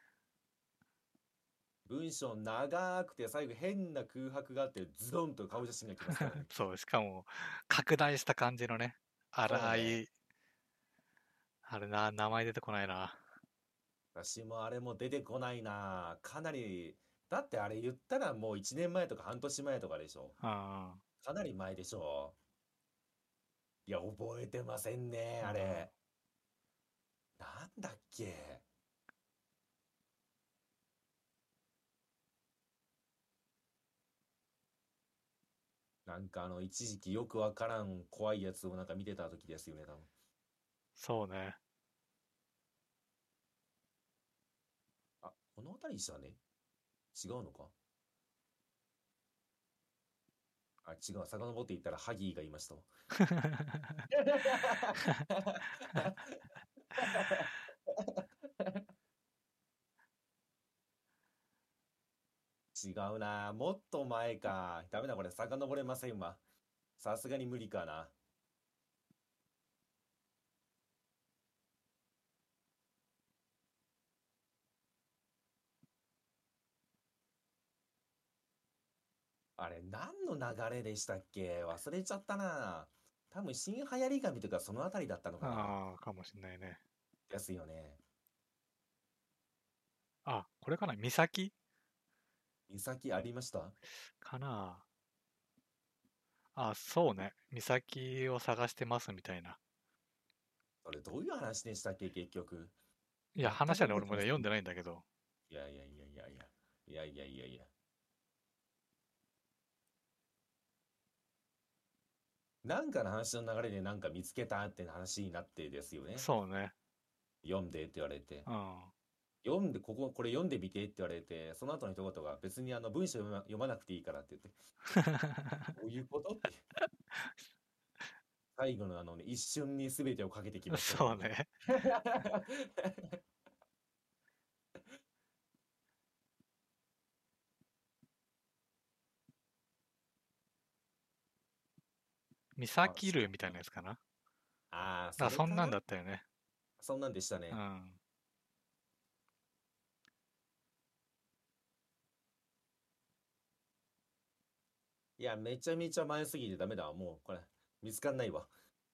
文章長くて最後変な空白があってズドンと顔写真が来ますからね。 そう、しかも、拡大した感じのね、 そうね。 荒い、あれな、名前出てこないな。 私もあれも出てこないな。かなり、だってあれ言ったらもういちねんまえとか半年前とかでしょ。 うん、 かなり前でしょ。いや、覚えてませんね、 うん。 あれ。なんだっけ。なんかあの、一時期よくわからん怖いやつをなんか見てた時ですよね、多分。 そうね。 あ、この辺りでしたね。違うのか？あ、違う。遡っていったらハギーがいましたわ。違うな。もっと前か。ダメだ、これ遡れませんわ。さすがに無理かな。あれ、何の流れでしたっけ？忘れちゃったな。多分、新流行り紙とかそのあたりだったのかな。 ああ、かもしんないね。 ですよね。 あ、これかな、岬美咲ありました？ かな。あ、そうね。岬を探してますみたいな。 それどういう話でしたっけ、結局。 いや、 全く話はね、俺もね、 覚えてません。 読んでないんだけど。 いやいやいやいやいや。いやいやいやいや。なんかの話の流れでなんか見つけたって話になってですよね。 そうね。 読んでって言われて。 うん。 読んで、ここ、これ読んでみてって言われて、その後の一言が別にあの文章読ま、読まなくていいからって言って、どういうことって。最後のあのね、一瞬に全てをかけてきましたけどね。 そうね。 あ、 岬そうか。 竜みたいなやつかな。だかああ、そらそんなんれかな？ だったよね。 そんなんでしたね。 うん。 いや、めちゃめちゃ前すぎてダメだわ。もう、これ、見つかんないわ。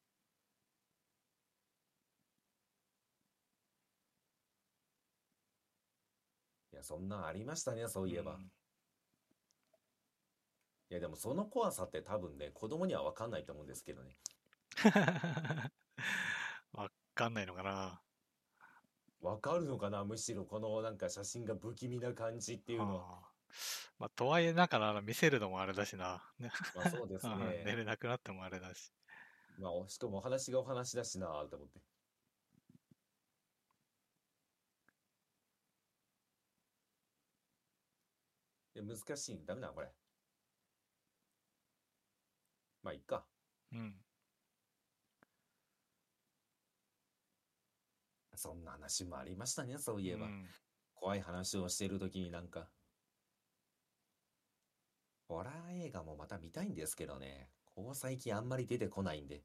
いや、そんなんありましたね、そういえば。 うん。 いや、でもその怖さって多分ね、子供にはわかんないと思うんですけどね。 わかんないのかな。 わかるのかな？むしろこのなんか写真が不気味な感じっていうのは。 ああ。まあ、とはいえ、なんかな、見せるのもあれだしな。ね。 まあそうでうん、寝すね。 れなくなってもあれだし。 まあ、おしかもお話がお話だしなーと思って。で、難しい。ダメなのこれ。まあ、いっか。 うん。 そんな話もありましたね、そういえば。 うん。 怖い話をしているときになんか、ホラー映画もまた見たいんですけどね。ここ最近あんまり出てこないんで。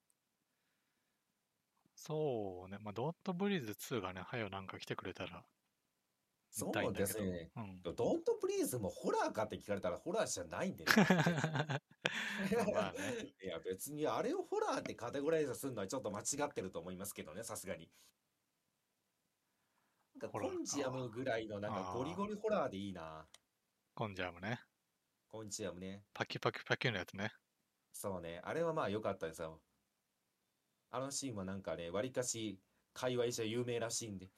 そうね。まあ、ドントブリーズツーがね、はよなんか来てくれたら見たいそうんだけど。 ですね。 うん。 ドントプリーズもホラーかって聞かれたらホラーじゃないんでね、あれ別に。 まあね。 いや、別にあれをホラーってカテゴライズするのはちょっと間違ってると思いますけどね、さすがに。なんかホラーコンジアムか。 ぐらいのなんかゴリゴああ、 リホラーでいいな。 コンジャムね。 コンジアムね。 パキパキパキのやつね。 そうね。あれはまあ良かったですよ。あのシーンはなんかね、わりかし界隈じゃ有名らしいんで。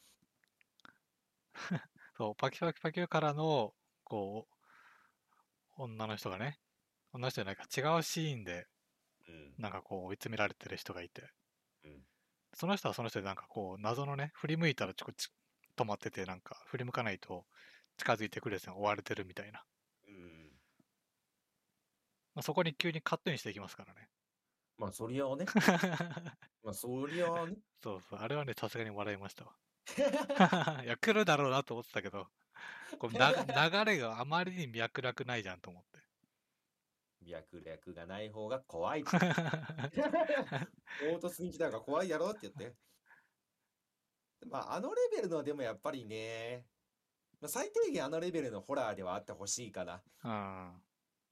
そう、パキパキパキからの、こう、女の人がね、女の人じゃないか、違うシーンで、 うん。 なんかこう、追い詰められてる人がいて、 うん。 その人はその人でなんかこう、謎のね、振り向いたらちょこち止まってて、なんか振り向かないと近づいてくるやつに追われてるみたいな。 うん。 まあ、そこに急にカットインしていきますからね。 まあそりゃあね。まあそりゃあね。 そうそう、あれはね、さすがに笑いましたわ。いや、来るだろうなと思ってたけど、こうな流れがあまりに脈絡ないじゃんと思って。 脈略がない方が怖いって。唐突に来たのが怖いやろって言って。まあ、あのレベルのでもやっぱりね、まあ、最低限あのレベルのホラーではあってほしいかな。 うん。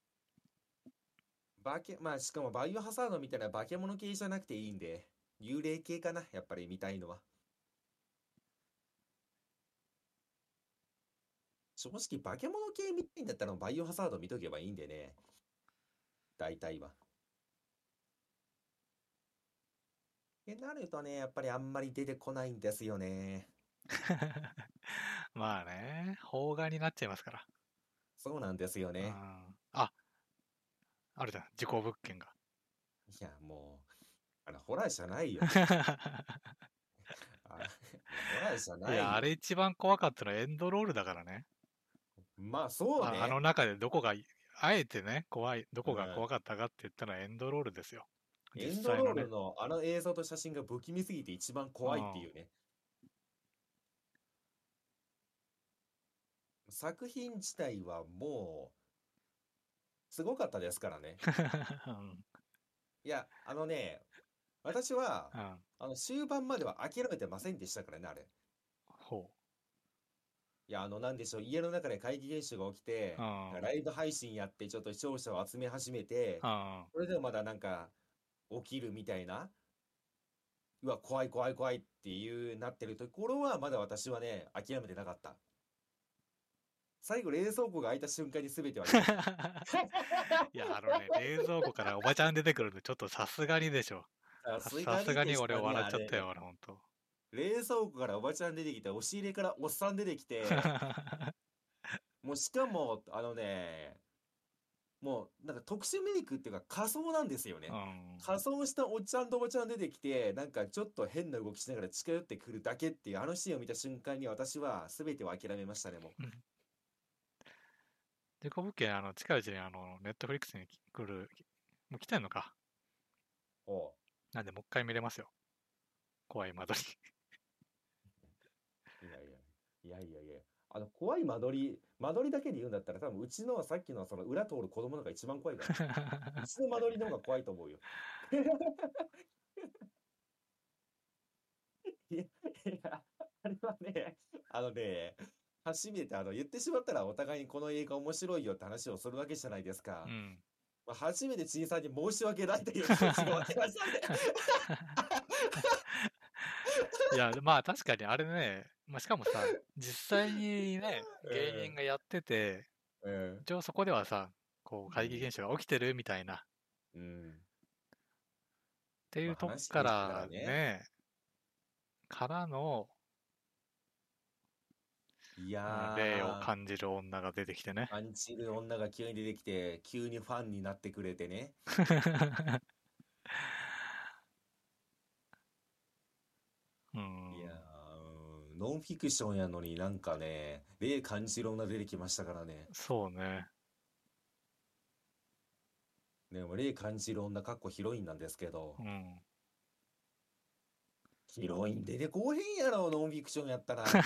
バケ、まあ、しかもバイオハザードみたいな化け物系じゃなくていいんで、幽霊系かな、やっぱり見たいのは。正直、化け物系見たいんだったらバイオハザード見とけばいいんでね。大体は。ってなるとね、やっぱりあんまり出てこないんですよね。 まあね、邦画になっちゃいますから。 そうなんですようん。 ね。 あ、あるじゃん、事故物件が。 いや、もう、あの、ホラーじゃないよ。あ、いや、ホラーじゃいや、あれないよ。 一番怖かったのはエンドロールだからね。 まあ、そうあ、あのね。 中でどこが、あえてね、怖い、どこがうん。 怖かったかって言ったのはエンドロールですよ。実エンド際のね。 ロールのあの映像と写真が不気味すぎて一番怖いってうん。 いうね。作品自体はもう、すごかったですからね。 うん。 いや、あのね、私は、 うん。 あの、終盤までは諦めてませんでしたからね、あれ。 ほいや、あの、なんでしょう、家の中で怪奇現象が起きう。 て、 うん。 ライブ配信やって、ちょっと視聴者を集め始めて、 うん。 それでもまだなんか、起きるみたいな、うわ、怖い怖い怖いっていうなってるところは、まだ私はね、諦めてなかった。最後、冷蔵庫が開いた瞬間に全てを諦めた。 いや、あのね、冷蔵庫からおばちゃん出てくるんで、ちょっとさすがにでしょ。 ささすがにさすがにでしたね、 俺笑っあれ。 ちゃったよ、俺ほんと。 冷蔵庫からおばちゃん出てきて、押し入れからおっさん出てきて、もうしかも、あのね、もうなんか特殊メイクっていうか仮装なんですようね。 ん。 仮装したおっちゃんとおばちゃん出てきて、なんかちょっと変な動きしながら近寄ってくるだけっていうあのシーンを見た瞬間に私は全てを諦めましたね、も事故物件、あの、近いうちにあの、ネットフリックスに来る、もう来てんのか。 う。おう。 なんで、もう一回見れますよ。怖い間取り。 いやいや、いやいやいや。あの、怖い間取り、間取りだけで言うんだったら多分うちのさっきのその裏通る子供の方が一番怖いからね。うちの間取りの方が怖いと思うよ。いや、いや、あれはね、あのね、初めてあの言ってしまったらお互いにこの映画面白いよって話をするわけじゃないですか。 うん。 まあ、初めてちいさんに申し訳ないという気持ちが湧きましたね。 いや、まあ確かにあれね、まあ、しかもさ、実際にね、芸人がやってて、 うん。 一応そこではさ、こう、 うん。 怪奇現象が起きてるみたいな、っうん。 ていまあうとこ話してたらからね。 ね、からの、 いうん、霊をや感じる女が出てきてね。 ー、感じる女が急に出てきて、急にファンになってくれてね。 ういやん。 ー、うん、ノンフィクションやのになんかね、霊感じろんが出てきましたからね。 そうね。 でも霊感じる女かっこヒロインなんですけど、 うん。 ヒロイン出てこうへんやろ、ノンフィクションやったら。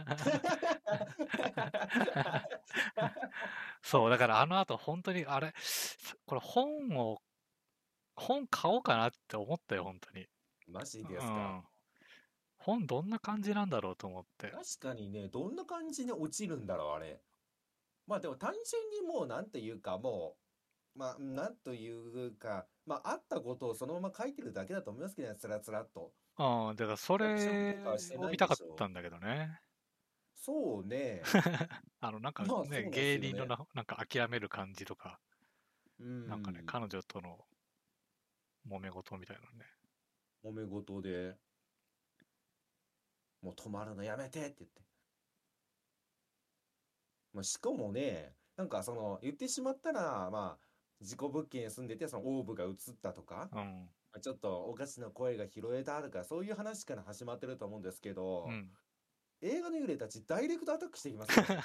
そう、だからあの後本当に、あれ、これ本を、本買おうかなって思ったよ、本当に。 マジですか。 うん。本どんな感じなんだろうと思って。 確かにね、どんな感じに落ちるんだろう、あれ。まあでも単純にもうなんていうか、もう、まあなんというか、まああったことをそのまま書いてるだけだと思いますけどね、つらつらっと。 うん、だからそ役職とかはしれを見たてないでしょう。 かったんだけどね。 そうね。 あの、なんかね、 まあそうなんです芸人のよね。 ななんか諦める感じとか、 うなんかね、 ん。 彼女との揉め事みたいなね。 揉め事で、もう止まるのやめてって言って。まあ、しかもね、なんかその、言ってしまったら、まあ、事故物件に住んでて、そのオーブが映ったとか、 うん。 まあちょっとおかしな声が拾えたとか、そういう話から始まってると思うんですけど、 うん。 映画の幽霊たちダイレクトアタックしてきますからね。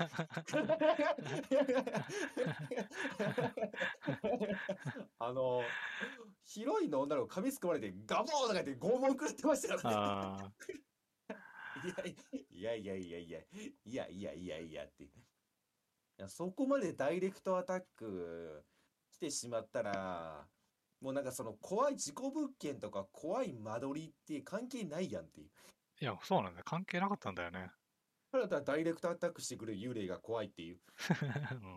あの、ヒロインの女の子髪すくまれてガボーとか言って拷問食らってましたからね。 あいやいやいやいやいやいやいやいやいやって。いや、そこまでダイレクトアタック来てしまったら、もうなんかその怖い事故物件とか怖い間取りって関係ないやんっていう。 ーいや、そうなんだよ。関係なかったんだよね。 ただただダイレクトアタックしてくる幽霊が怖いっていう。 うん。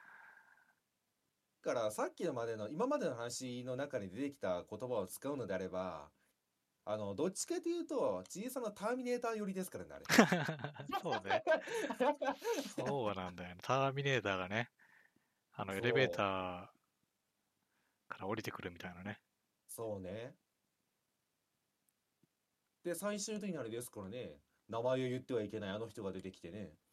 だからさっきのまでの、今までの話の中に出てきた言葉を使うのであれば、あの、どっちかというと、小さなターミネーター寄りですからね、あれ。 そうね。そうなんだよね。ターミネーターがね、あのエレベータそう、 ーから降りてくるみたいなね。 そうね。で、最終的にあれですからね、名前を言ってはいけないあの人が出てきてね、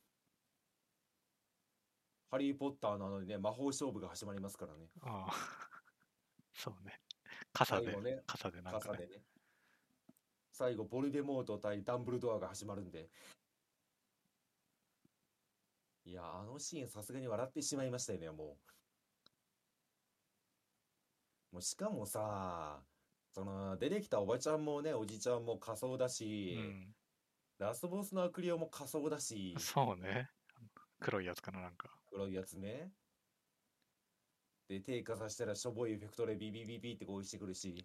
ハリー・ポッターのあのね、魔法勝負が始まりますからね。 ああ、そうね。傘で、 最後ね、 傘でなんかね。 傘でね。最後、ボルデモート対ダンブルドアが始まるんで。いや、あのシーンさすがに笑ってしまいましたよね、もう。もうしかもさ、その、出てきたおばちゃんもね、おじちゃんも仮装だし、 うん。 ラスボスのアクリオも仮装だし、 そうね。黒いやつかな、なんか。 黒いやつね。で、手かざしたらしょぼいエフェクトでビビビビって攻撃してくるし。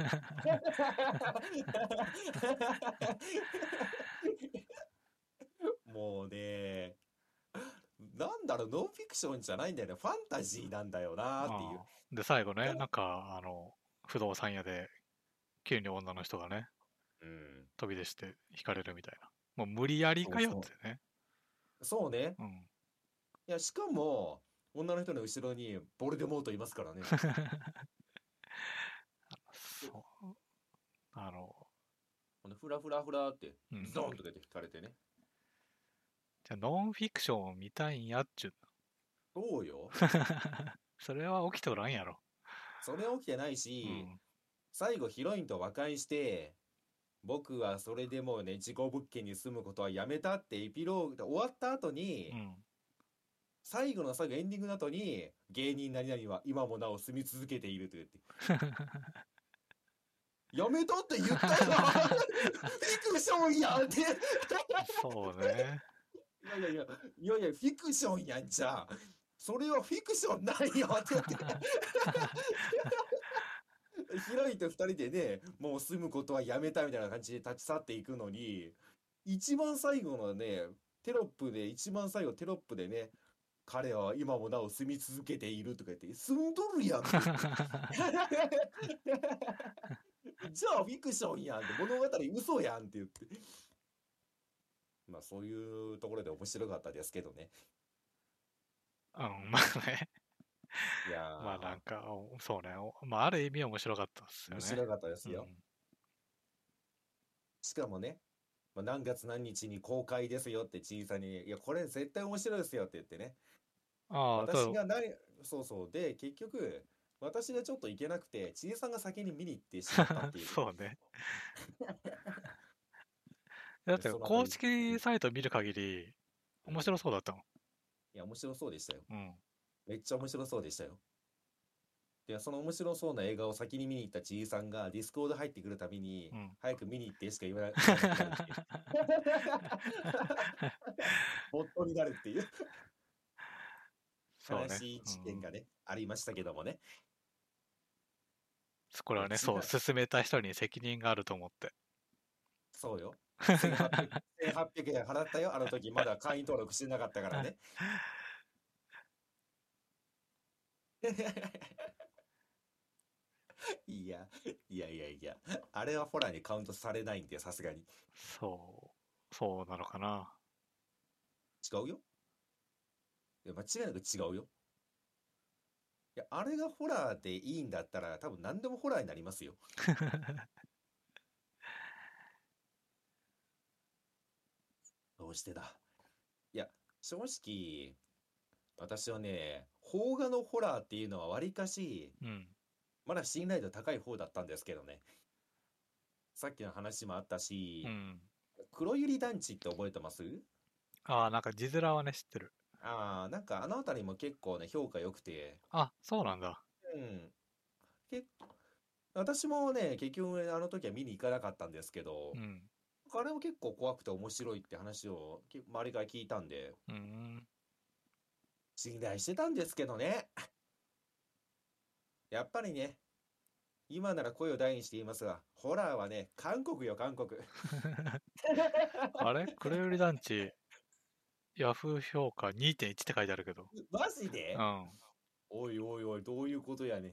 もうね、なんだろう、ノンフィクションじゃないんだよね。ファンタジーなんだよなっていう。 ああ。で、最後ね、 だなんか、あの、不動産屋で、急に女の人がね、 うん。 飛び出して引かれるみたいな。もう無理やりかよっそうそてね。 う。そうね。 うん。 いや、しかも、女の人の後ろにボルデモートいますからね。で、 そう。あの、 ほんでフラフラフラって、 うん。 ズドンとかって引かれてね。 じゃあ、ノンフィクションを見たいんやっちゅう。 そうよ。 それは起きとらんやろ。 それ起きてないし、 うん。 最後ヒロインと和解して、僕はそれでもうね、事故物件に住むことはやめたってエピローグで終わった後に、 うん。 最後の最後エンディングの後に、芸人何々は今もなお住み続けていると言って、やめたって言ったよフィクションやんってそうね。 いやいやいや、いやいや、フィクションやんじゃん。それはフィクションないよって言って、ヒロインと二人でね、もう住むことはやめたみたいな感じで立ち去っていくのに、一番最後のね、テロップで、一番最後テロップでね、彼は今もなお住み続けているとか言って、住んどるやんって言って。じゃあフィクションやんって、物語嘘やんって言って。まあそういうところで面白かったですけどね。 うん、まあね。 いやまあなんー、 か、おそうね。おまあ、ある意味面白かったですよね。 面白かったですよ。 うん。 しかもね、まあ、何月何日に公開ですよって小さに、いや、これ絶対面白いですよって言ってね。 ああ、と、 私がない、そうそう。で、結局、私がちょっと行けなくて、ちいさんが先に見に行ってしまったっていう。 そうね。 だっで、 て公そのあたり、うん、 式サイト見る限りうん。 面白そうだったもん。 いや、面白そうでしたよ。 うん。 めっちゃ面白そうでしたよ。で、その面白そうな映画を先に見に行ったちいさんがディスコード入ってくるたびに、 うん。 早く見に行ってしか言わな、言わなくなるっていう。ボットになるっていうそうね。 悲しいうん。 事件がね、ありましたけどもね。いや、 これはね、そう、 違う。 進めた人に責任があると思って。 そうよ。せんはっぴゃく、せんはっぴゃくえん払ったよ。あの時まだ会員登録してなかったからね。いや、いやいやいや、あれはホラーにカウントされないんで、さすがに。 そう、そうなのかな。 違うよ。いや、間違いなく違うよ。いや、あれがホラーでいいんだったら、多分何でもホラーになりますよ。どうしてだ。いや、正直、私はね、邦画のホラーっていうのはわりかし、 うん。 まだ信頼度高い方だったんですけどね。さっきの話もあったし、 うん。 黒百合団地って覚えてます？ ああ、なんか字面はね、知ってる。 ああー、なんかあのあたりも結構ね、評価良くて、 あ、そうなんだ。 うん。け私もね、結局あの時は見に行かなかったんですけど、 うん。 あれも結構怖くて面白いって話をき周りから聞いたんで、 うん。 信頼してたんですけどね。やっぱりね、今なら声を大にして言いますが、ホラーはね、韓国よ、韓国。 あれ黒百合団地、ヤフー評価にてんいちって書いてあるけど。 マジで？ うん。 おいおいおい、どういうことやねん。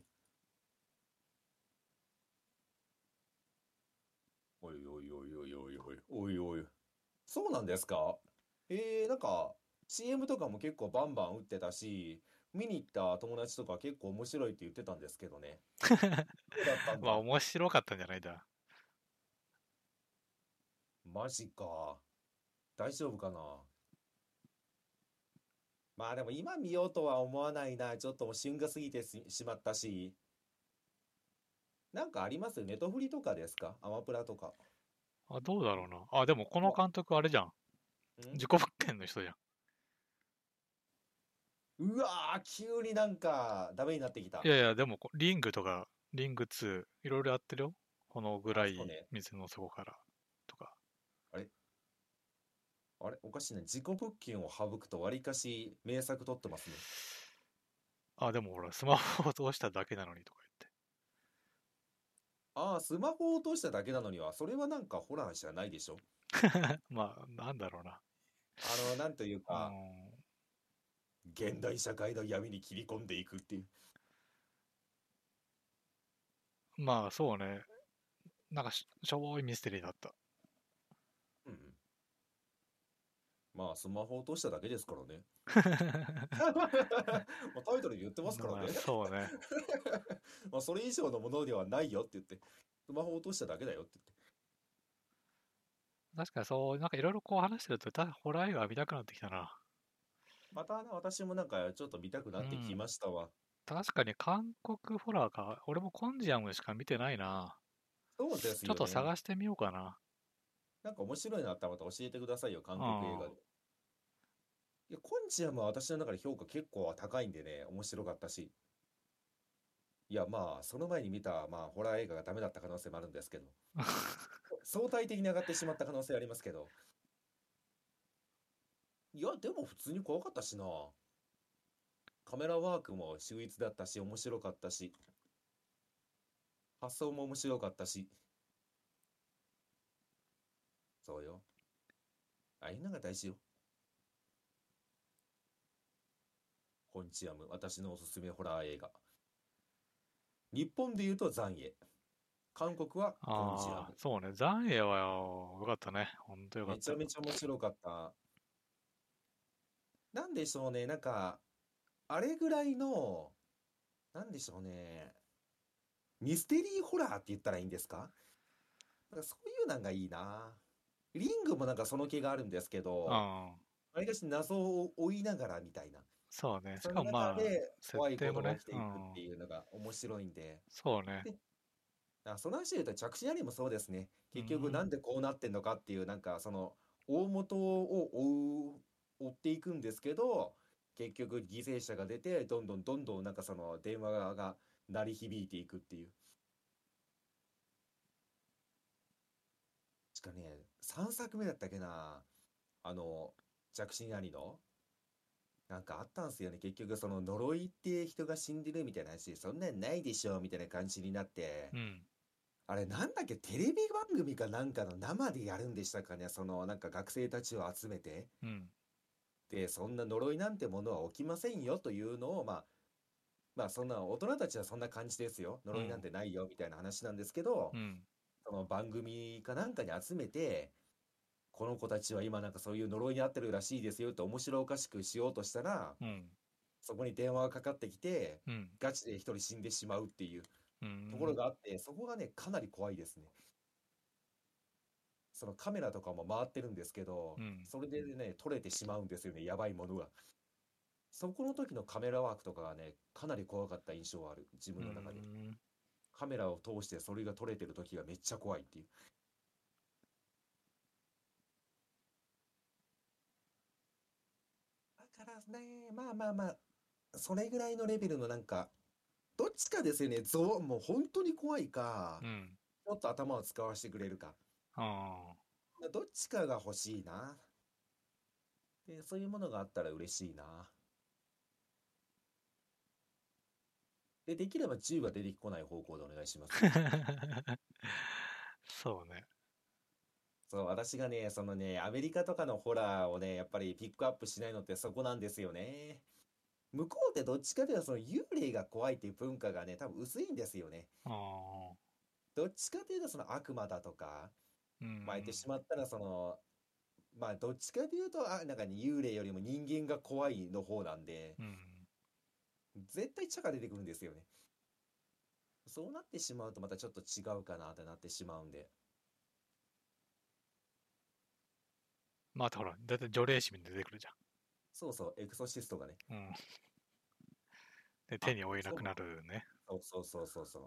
おいおいおいおいおいおい、おいおい。そうなんですか？えー、なんか、シーエム とかも結構バンバン打ってたし、見に行った友達とか結構面白いって言ってたんですけどね。そうだったんまあ、 だ。 面白かったんじゃないだ。 マジか。大丈夫かな。まあでも今見ようとは思わないな。ちょっともう旬が過ぎてししまったし。なんかあります？ネトフリとかですか？アマプラとか。 あ、どうだろうな。あ、でもこのわ、 監督あれじゃん。 ん自己物件の人じゃん。 うわー、急になんかダメになってきた。 いやいや、でもこ、リングとか、リングツー、いろいろやってるよ。このぐあ、 らいそうね。 水の底からとか。 あれあれおかしいな。自己物件を省くとわりかし名作撮ってますね。 あ、でもほら、スマホを通しただけなのにとかああ、スマホを落としただけなのには、それはなんかホラーじゃないでしょ。 言って。まあ、なんだろうな。 あの、なんといううか、 ん。 現代社会の闇に切り込んでいくっていう。 まあ、そうね。なんかし、しょぼいミステリーだった。 うんうん。まあ、スマホを落としただけですからね。まあ、タイトルに言ってますからまあ、 ね。 そうね。 まあ、それ以上のものではないよって言って、スマホを落としただけだよって言って。 確かにそう、なんかいろいろこう話してると、たホラー映画見たくなってきたな。 またね、私もなんかちょっと見たくなってきうん。 ましたわ。 確かに韓国ホラーか。俺もコンジアムしか見てないな。 そうですちょっとよね。 探してみようかな。 なんか面白いのあったらまた教えてくださいよ、韓うん。 国映画で。いや、コンチアムは私の中で評価結構高いんでね、面白かったし。いや、まあ、その前に見た、まあ、ホラー映画がダメだった可能性もあるんですけど、相対的に上がってしまった可能性ありますけど、いや、でも普通に怖かったしな。カメラワークも秀逸だったし、面白かったし、発想も面白かったし、そうよ。ああいうのが大事よ。コンチアム、私のおすすめホラー映画。日本で言うと残影。韓国はコンチアああ、 ム。 そうね。残影はよかったね。ほんとよかった。 めちゃめちゃ面白かった。なんでしょうね、なんか、あれぐらいの、なんでしょうね、ミステリーホラーって言ったらいいんですか？なんかそういうのがいいな。リングもなんかその気があるんですけど、 うん。 わりかし謎を追いながらみたいな。 そうね。しそのかもまあ、 中で設怖い定もね。 ことが起きていくっうん。 ていうのが面白いんで。 そうね。 で、 あ、その話で言うと着信アニもそうですね。結局なうん。 んでこうなってんのかっていう、なんかその大元を追う、追っていくんですけど、結局犠牲者が出て、どんどんどんどんなんかその電話が鳴り響いていくっていう。しかね、さんさくめだったっけな。あの、着信アニの。なんかあったんすよね。結局その呪いって人が死んでるみたいな話で、そんなんないでしょみたいな感じになって、 うん。 あれなんだっけ、テレビ番組かなんかの生でやるんでしたかね。そのなんか学生たちを集めて。 うん。 で、そんな呪いなんてものは起きませんよというのを、まあ、まあそんな大人たちはそんな感じですよ。 うん。 呪いなんてないよみたいな話なんですけど、 うん。 その番組かなんかに集めて、この子たちは今なんかそういう呪いに遭ってるらしいですよって面白おかしくしようとしたら、 うん。 そこに電話がかかってきて、 うん。 ガチで一人死んでしまうっていううところん。 があって、そこがね、かなり怖いですね。そのカメラとかも回ってるんですけど、 うん。 それでね、撮れてしまうんですよね、やばいものが。そこの時のカメラワークとかがね、かなり怖かった印象はある、自う分の中で。 ん。 カメラを通してそれが撮れてる時がめっちゃ怖いっていう。だからね、まあまあまあ、それぐらいのレベルのなんか、どっちかですよね、ゾーン、もう本当に怖いか、 うん。 ちょっと頭を使わせてくれるか。 ああ。 どっちかが欲しいな。で、そういうものがあったら嬉しいな。で、できれば銃は出てこない方向でお願いします。 そうね。 そう、私がね、そのね、アメリカとかのホラーをね、やっぱりピックアップしないのってそこなんですよね。向こうってどっちかというとその幽霊が怖いっていう文化がね、多分薄いんですよね。 ああ。 どっちかというとその悪魔だとか、 うまあ言ってん。 しまったらその、まあどっちかというと、あ、なんかね、幽霊よりも人間が怖いの方なんで、 うん。 絶対チャが出てくるんですよね。そうなってしまうとまたちょっと違うかなってなってしまうんで。 またほら、だいたい除霊師みたいに出てくるじそうそう、エクソシストがね。 ゃん。うん。で、手あ、 に負えなくなそうか。 るね。 そうそうそうそうそう。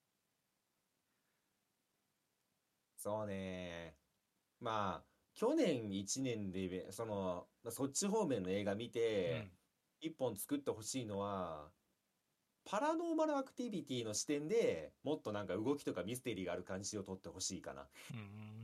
そうね。まあ、去年いちねんで、その、そっち方面の映画見て、 うん。 一本作ってほしいのは、パラノーマルアクティビティの視点でもっとなんか動きとかミステリーがある感じを撮ってほしいかな。 うん。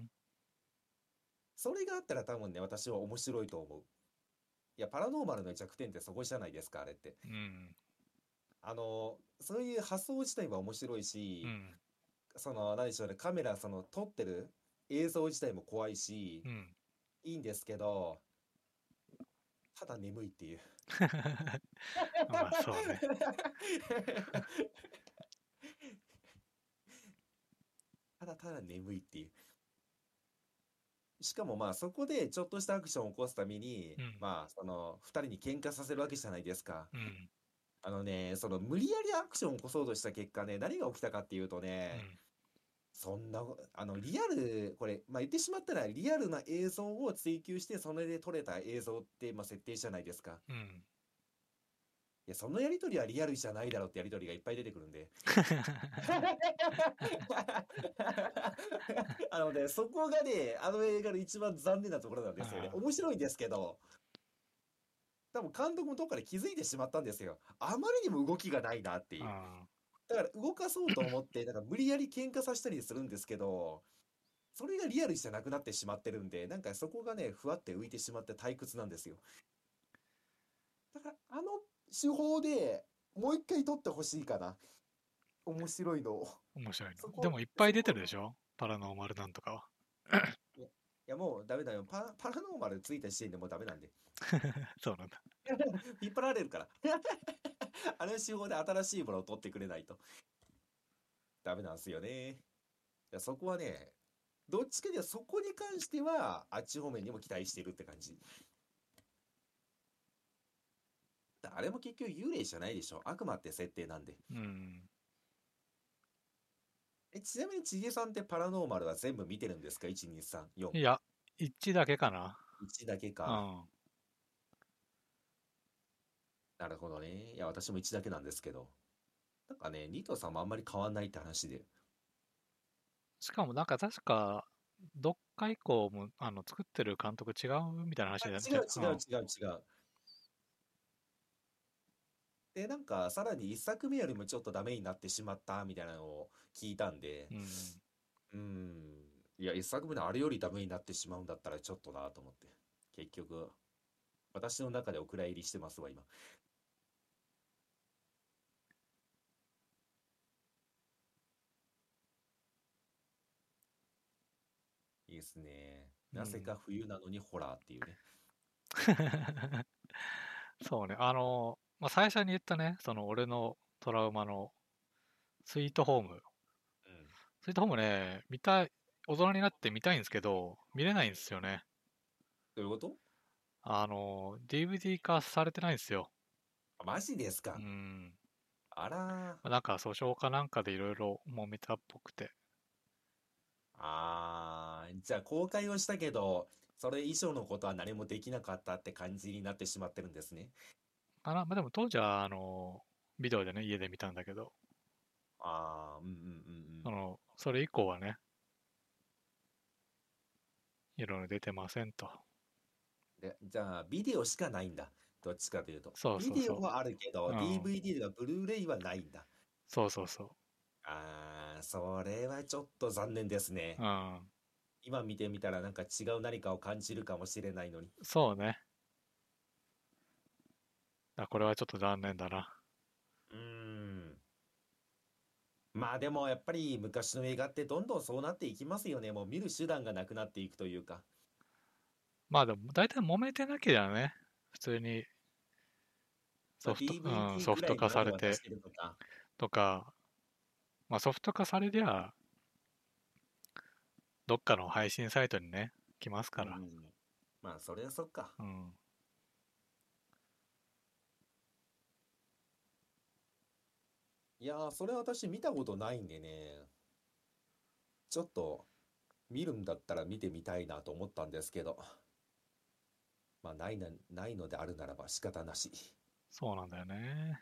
それがあったら多分ね、私は面白いと思う。いや、パラノーマルの弱点ってそこじゃないですか、あれって。 うん。 あの、そういう発想自体は面白いし、 うん。 その、何でしょうね、カメラ、その、撮ってる映像自体も怖いし、 うん。 いいんですけど、ただ眠いっていう。 まあ、そうね。 ただただ眠いっていう。しかもまあそこでちょっとしたアクションを起こすために、 うん。 まあその二人に喧嘩させるわけじゃないですか。 うん。 あのね、その無理やりアクションを起こそうとした結果ね、何が起きたかっていうとね、 うん。 そんな、あのリアル、これ、まあ言ってしまったらリアルな映像を追求してそれで撮れた映像ってまあ設定じゃないですか。 うん。 いや、そのやりとりはリアルじゃないだろうってやりとりがいっぱい出てくるんで。あのね、そこがね、あの映画の一番残念なところなんですよね。 あ面白いんですけど、多分監督もどっかで気づいてしまったんですよ。あまりにも動きがないなっていう。 あ。 だから動かそうと思って、なんか無理やり喧嘩させたりするんですけど、それがリアルじゃなくなってしまってるんで、なんかそこがね、ふわって浮いてしまって退屈なんですよ。だから、あの手法でもう一回撮ってほしいかな。面白いのを。 面白いの。 そこ、 でもいっぱい出てそこ、 るでしょ、パラノーマルなんとかは。 いや、いやもうダメだよ。パ、パラノーマルついた時点でもうダメなんで。 そうなんだ。 引っ張られるから。あの手法で新しいものを取ってくれないとダメなんですよね。いやそこはね、どっちかでそこに関しては、あっち方面にも期待してるって感じ。あれも結局幽霊じゃないでしょ。悪魔って設定なんで。 うん。 え、ちなみにちげさんってパラノーマルは全部見てるんですか？ いち、に、さん、よん。 いや、一致だけかな。 いちだけか。 うん。 なるほどね。いや、私もいちだけなんですけど。なんかね、にとさんもあんまり変わんないって話で。 しかもなんか確か、どっか以降も、あの、作ってる監督違うみたいな話あ、 で、 違うじゃ、うん。 違う違う違う。で、なんか、さらに一作目よりもちょっとダメになってしまったみたいなのを聞いたんで、 うん。 うーん、いや、一作目のあれよりダメになってしまうんだったらちょっとなと思って。結局、私の中でお蔵入りしてますわ、今。いいですね。なぜうん。 か冬なのにホラーっていうね。 そうね。あの、まあ、最初に言ったね、その俺のトラウマのスイートホーム。 うん。 スイートホームね、見たい、大人になって見たいんですけど、見れないんですよね。 どういうこと？ あの、ディーブイディー 化されてないんですよ。 あ、マジですうか？ ん。 あらー。 なんか訴訟かなんかでいろいろ揉めたっぽくて。 あー、じゃあ公開をしたけど、それ以上のことは何もできなかったって感じになってしまってるんですね。 かな。まあ、でも当時は、あの、ビデオでね、家で見たんだけど、 あー、うんうんうんその、それ以降はね、いろいろ出てませんと。 うん。で、じゃあ、ビデオしかないんだ。どっちかというと。 そうそうそビデオはあるけど、 う。うん。 ディーブイディー とかブルーレイはないんだ。 そうそうそあー、それはちょっと残念ですね。 う。うん。 今見てみたらなんか違う何かを感じるかもしれないのに。 そうね。あ、これはちょっと残念だな。 うーん。まあでもやっぱり昔の映画ってどんどんそうなっていきますよね。もう見る手段がなくなっていくというか。 まあでも、大体揉めてなきゃね、普通にまあソフト、うん、 ディーブイディーソフト化ぐらいでまされてだ渡してるとか。 とか、まあソフト化されりゃ、どっかの配信サイトにね、来ますから。 うんうんうん。まあそれはそっか。 うん。 いやー、それ私見たことないんでね。ちょっと見るんだったら見てみたいなと思ったんですけど。まあないな、ないのであるならば仕方なし。 そうなんだよね。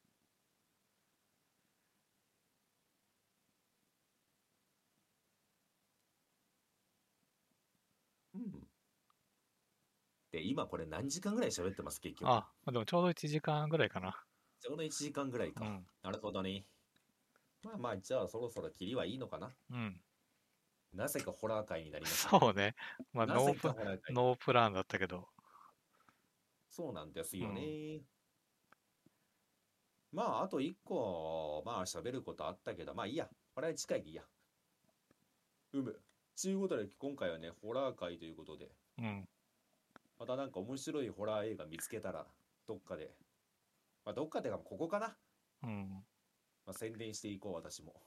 うん。で、今これ何時間ぐらい喋ってます、結局。 あ、まあでもちょうどいちじかんぐらいかな。 ちょうどいちじかんぐらいか。 うん。 なるほどね。まあまあ、じゃあそろそろ切りはいいのかな。 うん。 なぜかホラー界になりましたね。 そうね。まあなぜかノープ、 ホラー界に。 ノープランだったけど。 そうなんですようん。 ね。まあ、あと一個、まあ喋ることあったけど、まあいいや。これは次回でいいや。うむ。ちゅうことで、今回はね、ホラー界ということで、 うん。 またなんか面白いホラー映画見つけたら、どっかで、まあどっかでか、ここかな。 うん。 まあ宣伝していこう、私も。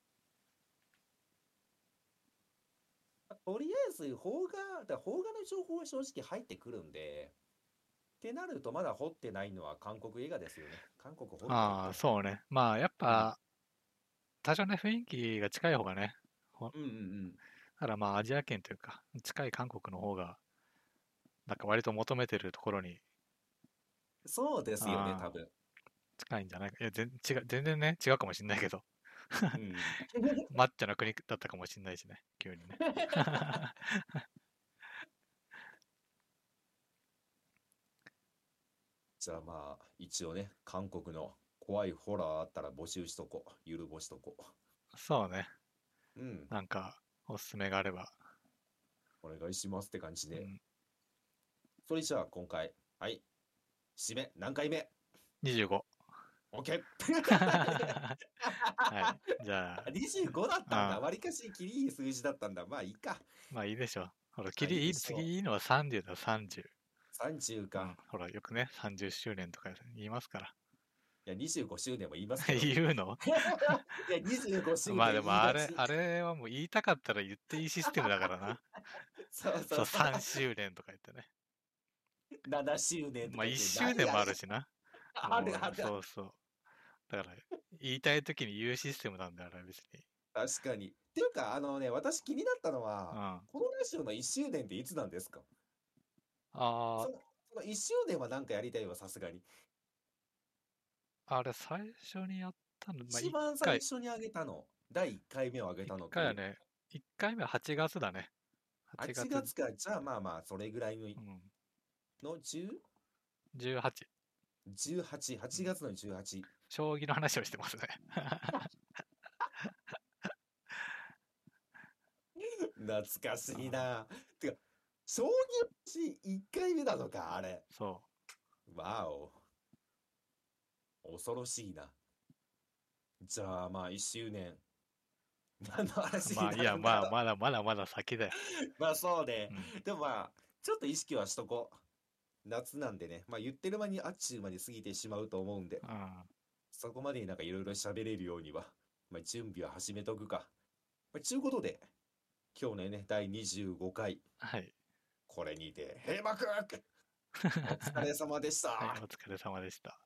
とりあえず、邦画、だ邦画の情報は正直入ってくるんで、ってなると、まだ掘ってないのは韓国映画ですよね。韓国掘るか、一ああ、 回。 そうね。まあやっうん。 ぱ、多少ね、雰囲気が近い方がね、ほだうんうんうん。 からまあアジア圏というか、近い韓国の方が、なんか割と求めてるところに、 そうですよね、 ああ、 多分。 近いんじゃないか。いや、全違う、全然ね、違うかもしんないけど。 うん。 マッチョな国だったかもしんないしね、急にね。 じゃあまあ、一応ね、韓国の怖いホラーあったら募集しとこう。ゆるぼしとこそうね。 う。うん。 なんか、おすすめがあれば。 お願いしますって感じで。 うん。 それじゃあ今回、はい。締め、何回目？ にじゅうご。 OK。 はい。じゃにじゅうごだったんだ。 あ、 わりかし、きりいい数字だったんだ。まあいいか。 うん。まあいいでしょう。ほら、 まあいい切りいい、 でしょう。 次いいのはさんじゅうだ、さんじゅう。 さんじゅううん。 か。 ほら、よくね、さんじゅっしゅうねんとか言いますから。 いや、にじゅうごしゅうねんも言いますけどね。 言うの？ いや、にじゅうごしゅうねんまあでもあれ、 言いがち。 あれはもう言いたかったら言っていいシステムだからな。 そうそそう、 うそう。 さんしゅうねんとか言ってね。 ななしゅうねんとまあ1 か言って、 周年も何あれ？ あるしな。 あもう、 るある。 そうそう。だから、言いたい時に言うシステムなんだよ、あれ別に。 確かに。っていうか、あのね、私気になったのは、 うん。あこのラジオのいっしゅうねんっていつなんですか？ あ、 その、そのいっしゅうねんはなんかやりたいわ、さすがに。 あれ最初にやったの、まあ1 一番最回、 初にあげたの、だいいっかいめをあげ 1 たのって、 回はね、 いっかいめははちがつだね。8 8 月、 月か。じゃあまあまあ、それぐらいの、 うん、 のじゅう、 じゅうはち。 じゅうはち、8 うん、 月のじゅうはち。 将棋の話をしてますね。 懐かしいあな。てか、将棋私いっかいめなのか、あれ。 そわお、恐ろしいな。じゃあまあいっしゅうねん。何のう。 話にまあいいや、まあなるんだろまだまだまだ先だよ。 う。まあそうね。 うん。 でもまあ、ちょっと意識はしとこう。夏なんでね。まあ言ってる間にあっちゅう間に過ぎてしまうと思うんで、 うん。 そこまでになんかいろいろ喋れるようには、まあ準備は始めとくか。まあ、ちゅうことで、今日のね、だいにじゅうごかい、 はい。 これにて閉幕。お疲れ様でしはい、 た。 お疲れ様でした。